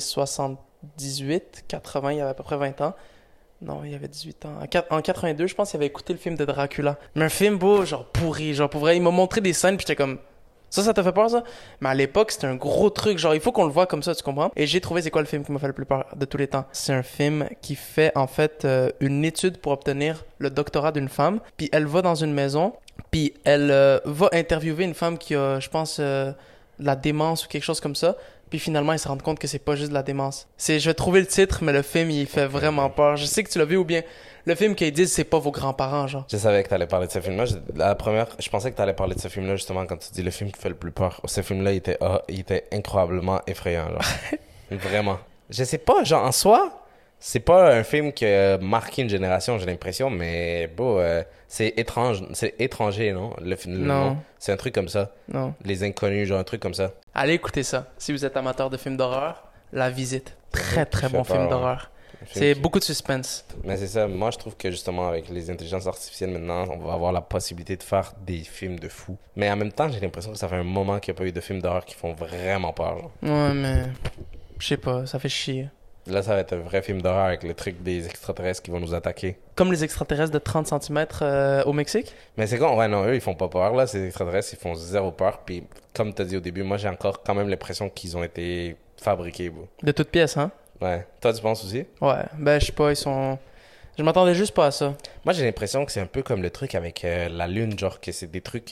78, 80, il avait à peu près 20 ans. Non, il avait 18 ans. En 82, je pense qu'il avait écouté le film de Dracula. Mais un film beau, genre pourri, genre pour vrai. Il m'a montré des scènes, puis j'étais comme... Ça t'a fait peur, ça? Mais à l'époque, c'était un gros truc. Genre, il faut qu'on le voit comme ça, tu comprends? Et j'ai trouvé c'est quoi le film qui m'a fait le plus peur de tous les temps. C'est un film qui fait, en fait, une étude pour obtenir le doctorat d'une femme. Puis elle va dans une maison, puis elle va interviewer une femme qui a, je pense, de la démence ou quelque chose comme ça. Puis finalement, ils se rendent compte que c'est pas juste de la démence. Je vais trouver le titre, mais le film, il fait vraiment peur. Je sais que tu l'as vu ou bien... Le film qu'ils disent, c'est pas vos grands-parents, genre. Je savais que t'allais parler de ce film-là. Je pensais que t'allais parler de ce film-là, justement, quand tu dis le film qui fait le plus peur. Ce film-là, il était incroyablement effrayant, genre. Vraiment. Je sais pas, genre, en soi, C'est pas un film qui a marqué une génération, j'ai l'impression, mais bon, c'est étrange, c'est étranger, non? Le Non. nom, c'est un truc comme ça. Non. Les Inconnus, genre un truc comme ça. Allez écouter ça. Si vous êtes amateur de films d'horreur, La Visite. Très, très fait bon film peur, d'horreur. Un film C'est qui- beaucoup de suspense. Mais c'est ça, moi je trouve que justement avec les intelligences artificielles maintenant, on va avoir la possibilité de faire des films de fous. Mais en même temps, j'ai l'impression que ça fait un moment qu'il n'y a pas eu de films d'horreur qui font vraiment peur. Genre. Ouais, mais... Je sais pas, ça fait chier. Là, ça va être un vrai film d'horreur avec le truc des extraterrestres qui vont nous attaquer. Comme les extraterrestres de 30 cm au Mexique. Mais c'est con, ouais, non, eux, ils font pas peur, là, ces extraterrestres, ils font zéro peur. Puis, comme tu as dit au début, moi, j'ai encore quand même l'impression qu'ils ont été fabriqués, bro. De toutes pièces, hein? Ouais. Toi, tu penses aussi? Ouais, ben je sais pas, ils sont... Je m'attendais juste pas à ça. Moi, j'ai l'impression que c'est un peu comme le truc avec la Lune, genre, que c'est des trucs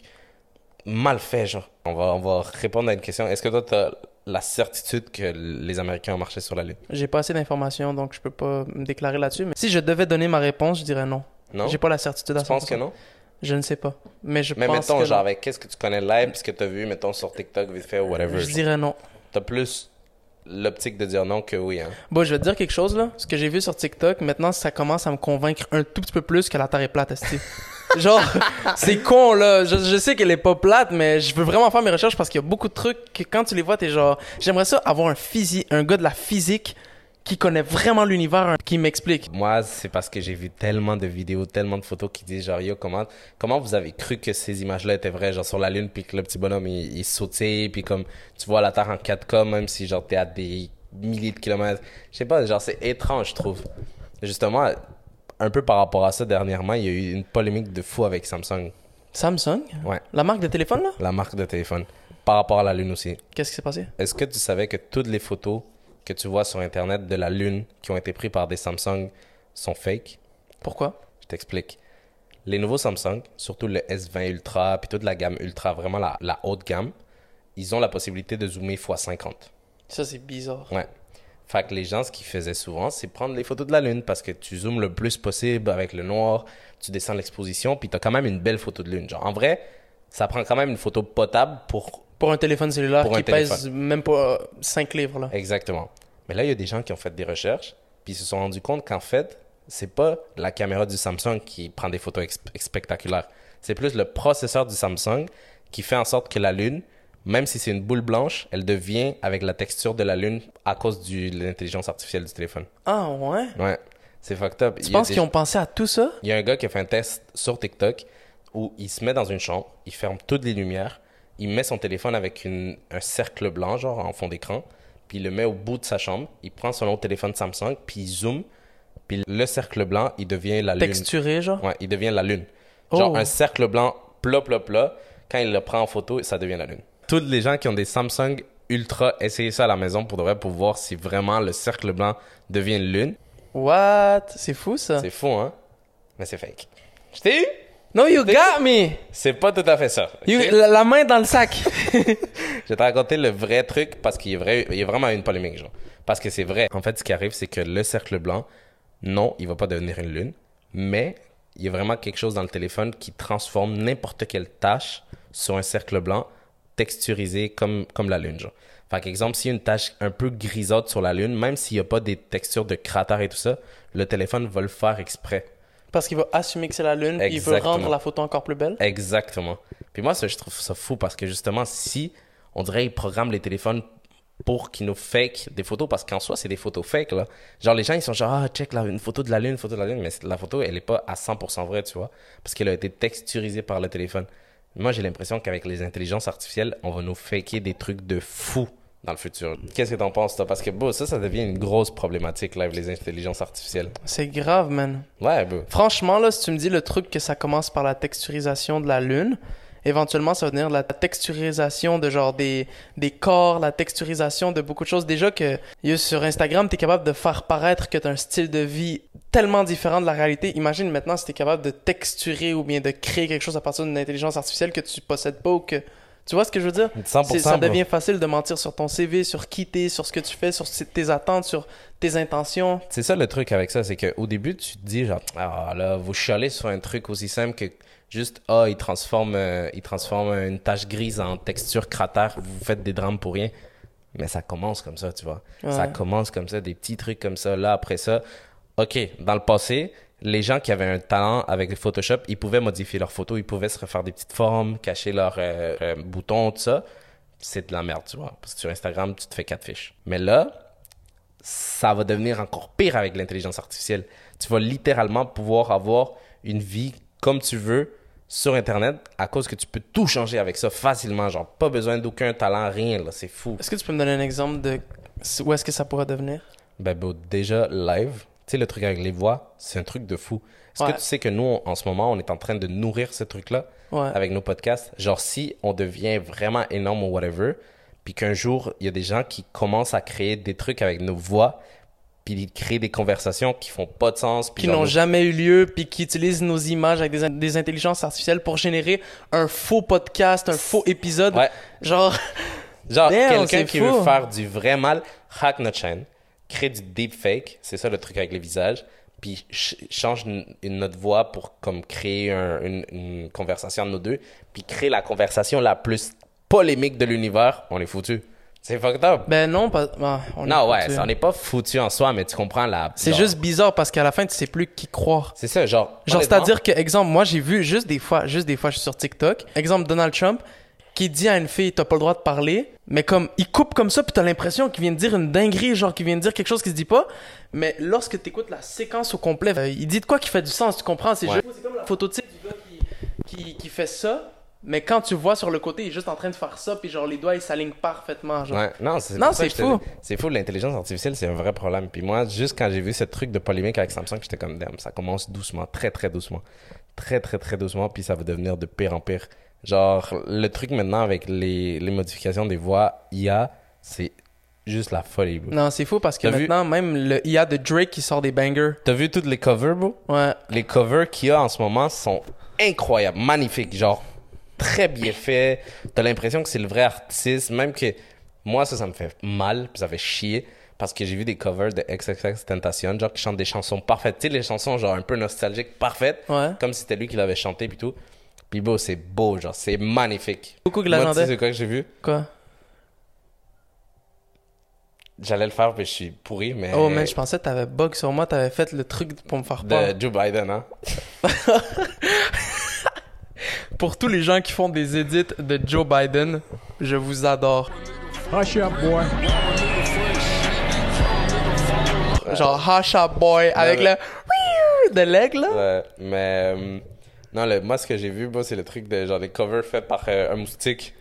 mal faits, genre. On va répondre à une question. Est-ce que toi, t'as la certitude que les Américains ont marché sur la Lune? J'ai pas assez d'informations, donc je peux pas me déclarer là-dessus. Mais si je devais donner ma réponse, je dirais non. Non? J'ai pas la certitude à Tu penses 100%. que non? Je ne sais pas. Mais je Mais pense mettons, que genre, non. avec qu'est-ce que tu connais live, puis ce que t'as vu, mettons, sur TikTok, vite fait, ou whatever. Je dirais non. T'as plus l'optique de dire non que oui, hein. Bon, je vais te dire quelque chose, là. Ce que j'ai vu sur TikTok, maintenant, ça commence à me convaincre un tout petit peu plus que la Terre est plate, esti. Genre, c'est con, là. Je sais qu'elle est pas plate, mais je veux vraiment faire mes recherches parce qu'il y a beaucoup de trucs que quand tu les vois, t'es genre... J'aimerais ça avoir un gars de la physique qui connaît vraiment l'univers, qui m'explique. Moi, c'est parce que j'ai vu tellement de vidéos, tellement de photos qui disent genre, yo, comment vous avez cru que ces images-là étaient vraies, genre sur la Lune, puis que le petit bonhomme, il sautait, puis comme tu vois la Terre en 4K, même si genre t'es à des milliers de kilomètres. Je sais pas, genre c'est étrange, je trouve. Justement, un peu par rapport à ça, dernièrement, il y a eu une polémique de fou avec Samsung. Samsung? Ouais, La marque de téléphone, là? la marque de téléphone. Par rapport à la Lune aussi. Qu'est-ce qui s'est passé? Est-ce que tu savais que toutes les photos que tu vois sur Internet de la Lune qui ont été prises par des Samsung sont fake? Pourquoi? Je t'explique. Les nouveaux Samsung, surtout le S20 Ultra, puis toute la gamme Ultra, vraiment la haute gamme, ils ont la possibilité de zoomer x50. Ça, c'est bizarre. Ouais. Fait que les gens, ce qu'ils faisaient souvent, c'est prendre les photos de la Lune parce que tu zoomes le plus possible avec le noir, tu descends l'exposition, puis t'as quand même une belle photo de Lune. Genre, en vrai, ça prend quand même une photo potable pour... Pour un téléphone cellulaire Pour un qui pèse téléphone. même pas 5 livres, là. Exactement. Mais là, il y a des gens qui ont fait des recherches, puis ils se sont rendus compte qu'en fait, c'est pas la caméra du Samsung qui prend des photos spectaculaires. C'est plus le processeur du Samsung qui fait en sorte que la Lune, même si c'est une boule blanche, elle devient avec la texture de la Lune à cause de l'intelligence artificielle du téléphone. Ah, ouais? Ouais, c'est fucked up. Tu penses qu'ils ont pensé à tout ça? Il y a un gars qui a fait un test sur TikTok où il se met dans une chambre, il ferme toutes les lumières, il met son téléphone avec un cercle blanc, genre en fond d'écran, puis il le met au bout de sa chambre, il prend son autre téléphone Samsung, puis il zoome, puis le cercle blanc, il devient la Lune. Texturé, genre? Ouais, il devient la Lune. Genre Oh. un cercle blanc plat, plat, plat, quand il le prend en photo, ça devient la Lune. Tous les gens qui ont des Samsung Ultra, essayez ça à la maison pour de vrai, pour voir si vraiment le cercle blanc devient une Lune. What? C'est fou, ça. C'est fou, hein? Mais c'est fake. Je t'ai eu? No, you got me! C'est pas tout à fait ça. ok? La main dans le sac. Je vais te raconter le vrai truc parce qu'il y a vraiment une polémique, genre. Parce que c'est vrai. En fait, ce qui arrive, c'est que le cercle blanc, non, il va pas devenir une lune, mais il y a vraiment quelque chose dans le téléphone qui transforme n'importe quelle tâche sur un cercle blanc texturisé comme la lune, genre. Fait qu'exemple, s'il y a une tache un peu grisâtre sur la lune, même s'il n'y a pas des textures de cratères et tout ça, le téléphone va le faire exprès. Parce qu'il va assumer que c'est la lune, puis il veut Exactement. rendre la photo encore plus belle. Exactement. Puis moi, ça, je trouve ça fou parce que justement, si on dirait ils programment les téléphones pour qu'ils nous fake des photos, parce qu'en soi, c'est des photos fake, là. Genre, les gens, ils sont genre, ah, check, là, une photo de la lune, une photo de la lune, mais la photo, elle est pas à 100% vraie, tu vois, parce qu'elle a été texturisée par le téléphone. Moi, j'ai l'impression qu'avec les intelligences artificielles, on va nous faker des trucs de fou dans le futur. Qu'est-ce que t'en penses, toi? Parce que, bon, ça devient une grosse problématique, là, avec les intelligences artificielles. C'est grave, man. Ouais, bon. Franchement, là, si tu me dis le truc que ça commence par la texturisation de la lune, éventuellement, ça va venir de la texturisation de genre des corps, la texturisation de beaucoup de choses. Déjà que sur Instagram, t'es capable de faire paraître que t'as un style de vie tellement différent de la réalité. Imagine maintenant si t'es capable de texturer ou bien de créer quelque chose à partir d'une intelligence artificielle que tu possèdes pas ou que... Tu vois ce que je veux dire? 100%, Ça bro. devient facile de mentir sur ton CV, sur qui t'es, sur ce que tu fais, sur tes attentes, sur tes intentions. C'est ça le truc avec ça, c'est qu'au début, tu te dis genre, ah là, vous chialez sur un truc aussi simple que juste, ah, il transforme une tache grise en texture cratère, vous faites des drames pour rien. Mais ça commence comme ça, tu vois. Ouais. Ça commence comme ça, des petits trucs comme ça. Là, après ça, OK, dans le passé, les gens qui avaient un talent avec Photoshop, ils pouvaient modifier leurs photos, ils pouvaient se refaire des petites formes, cacher leurs boutons, tout ça. C'est de la merde, tu vois. Parce que sur Instagram, tu te fais 4 fiches. Mais là, ça va devenir encore pire avec l'intelligence artificielle. Tu vas littéralement pouvoir avoir une vie comme tu veux sur Internet à cause que tu peux tout changer avec ça facilement. Genre, pas besoin d'aucun talent, rien, là. C'est fou. Est-ce que tu peux me donner un exemple de où est-ce que ça pourrait devenir? Ben, bro, déjà, live, tu sais, le truc avec les voix, c'est un truc de fou. Est-ce Ouais. que tu sais que nous, en ce moment, on est en train de nourrir ce truc-là Ouais. avec nos podcasts? Genre, si on devient vraiment énorme ou whatever, puis qu'un jour, il y a des gens qui commencent à créer des trucs avec nos voix, puis ils créent des conversations qui font pas de sens. Puis Qui genre, n'ont nos- jamais eu lieu, puis qui utilisent nos images avec des intelligences artificielles pour générer un faux podcast, un faux épisode. Ouais. Genre, Genre, Damn, quelqu'un c'est qui fou. veut faire du vrai mal, hack notre chaîne, crée du deepfake, c'est ça le truc avec les visages, puis change notre voix pour comme créer une conversation entre nous deux, puis crée la conversation la plus polémique de l'univers, on est foutu. C'est fucked up. ben non, pas. On est Non, ouais, foutus. ça, on n'est pas foutu en soi, mais tu comprends la... C'est genre- juste bizarre parce qu'à la fin, tu sais plus qui croire. C'est ça, genre... Genre, honnêtement, c'est-à-dire que, exemple, moi, j'ai vu juste des fois, je suis sur TikTok. Exemple, Donald Trump qui dit à une fille, t'as pas le droit de parler, mais comme, il coupe comme ça, puis t'as l'impression qu'il vient de dire une dinguerie, genre, qu'il vient de dire quelque chose qui se dit pas. Mais lorsque t'écoutes la séquence au complet, il dit de quoi qui fait du sens, tu comprends? C'est Ouais. juste, c'est comme la photo type du gars qui fait ça, mais quand tu vois sur le côté, il est juste en train de faire ça, puis genre, les doigts, ils s'alignent parfaitement, genre. Ouais, non, c'est Non, pour ça c'est que je te fou. dis, c'est fou, l'intelligence artificielle, c'est un vrai problème. Puis moi, juste quand j'ai vu ce truc de polémique avec Samsung, j'étais comme, damn, ça commence doucement, très, très doucement. Très, très, très doucement, puis ça va devenir de pire en pire. Genre, le truc maintenant avec les modifications des voix IA, c'est juste la folie, bro. Non, c'est fou parce que T'as vu- maintenant, même le IA de Drake qui sort des bangers. T'as vu toutes les covers, bro? Ouais. Les covers qu'il y a en ce moment sont incroyables, magnifiques, genre très bien faits. T'as l'impression que c'est le vrai artiste, même que moi ça me fait mal, puis ça fait chier parce que j'ai vu des covers de XXXTentacion, genre qui chantent des chansons parfaites, tu sais les chansons genre un peu nostalgiques, parfaites, Ouais. comme si c'était lui qui l'avait chanté puis tout. Puis beau, c'est beau, genre c'est magnifique. Beaucoup que Moi, tu sais l'agendait. c'est quoi que j'ai vu? Quoi? J'allais le faire, puis je suis pourri, mais Oh, man, je pensais que t'avais bug sur moi, t'avais fait le truc pour me faire peur. de Joe Biden, hein? Pour tous les gens qui font des edits de Joe Biden, je vous adore. Hush up, boy. Genre Hush Up Boy avec mais- le de l'aigle là. Ouais, mais non, moi ce que j'ai vu, c'est le truc de genre des covers faits par un moustique.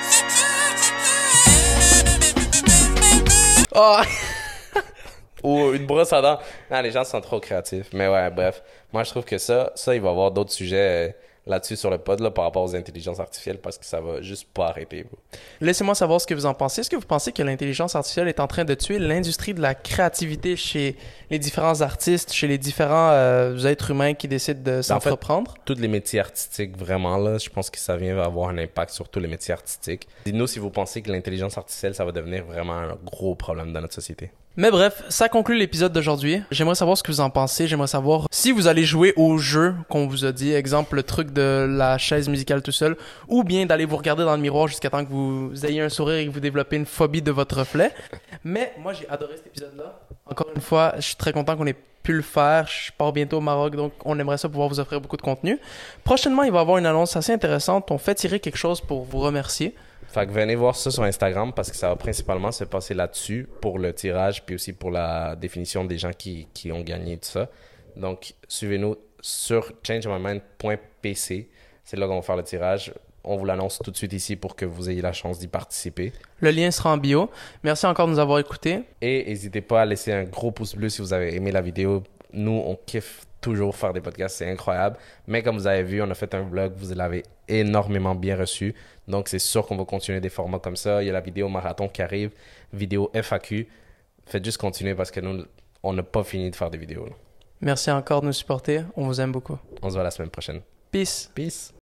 Oh. Ou une brosse à dents. Non, les gens sont trop créatifs. Mais ouais, bref. Moi, je trouve que ça il va y avoir d'autres sujets là-dessus sur le pod là, par rapport aux intelligences artificielles parce que ça va juste pas arrêter, bro. Laissez-moi savoir ce que vous en pensez. Est-ce que vous pensez que l'intelligence artificielle est en train de tuer l'industrie de la créativité chez les différents artistes, chez les différents êtres humains qui décident de s'entreprendre? Tous les métiers artistiques, vraiment, là, je pense que ça vient avoir un impact sur tous les métiers artistiques. Dites-nous si vous pensez que l'intelligence artificielle, ça va devenir vraiment un gros problème dans notre société. Mais bref, ça conclut l'épisode d'aujourd'hui. J'aimerais savoir ce que vous en pensez. J'aimerais savoir si vous allez jouer au jeu qu'on vous a dit. Exemple, le truc de la chaise musicale tout seul. Ou bien d'aller vous regarder dans le miroir jusqu'à temps que vous ayez un sourire et que vous développez une phobie de votre reflet. Mais moi, j'ai adoré cet épisode-là. Encore une fois, je suis très content qu'on ait pu le faire. Je pars bientôt au Maroc, donc on aimerait ça pouvoir vous offrir beaucoup de contenu. Prochainement, il va y avoir une annonce assez intéressante. On fait tirer quelque chose pour vous remercier. Fait que venez voir ça sur Instagram parce que ça va principalement se passer là-dessus pour le tirage puis aussi pour la définition des gens qui ont gagné tout ça. Donc, suivez-nous sur changemymind.pc. C'est là qu'on va faire le tirage. On vous l'annonce tout de suite ici pour que vous ayez la chance d'y participer. Le lien sera en bio. Merci encore de nous avoir écoutés. Et n'hésitez pas à laisser un gros pouce bleu si vous avez aimé la vidéo. Nous, on kiffe toujours faire des podcasts, c'est incroyable. Mais comme vous avez vu, on a fait un vlog, vous l'avez énormément bien reçu. Donc, c'est sûr qu'on va continuer des formats comme ça. Il y a la vidéo marathon qui arrive, vidéo FAQ. Faites juste continuer parce que nous, on n'a pas fini de faire des vidéos, là. Merci encore de nous supporter. On vous aime beaucoup. On se voit la semaine prochaine. Peace. Peace.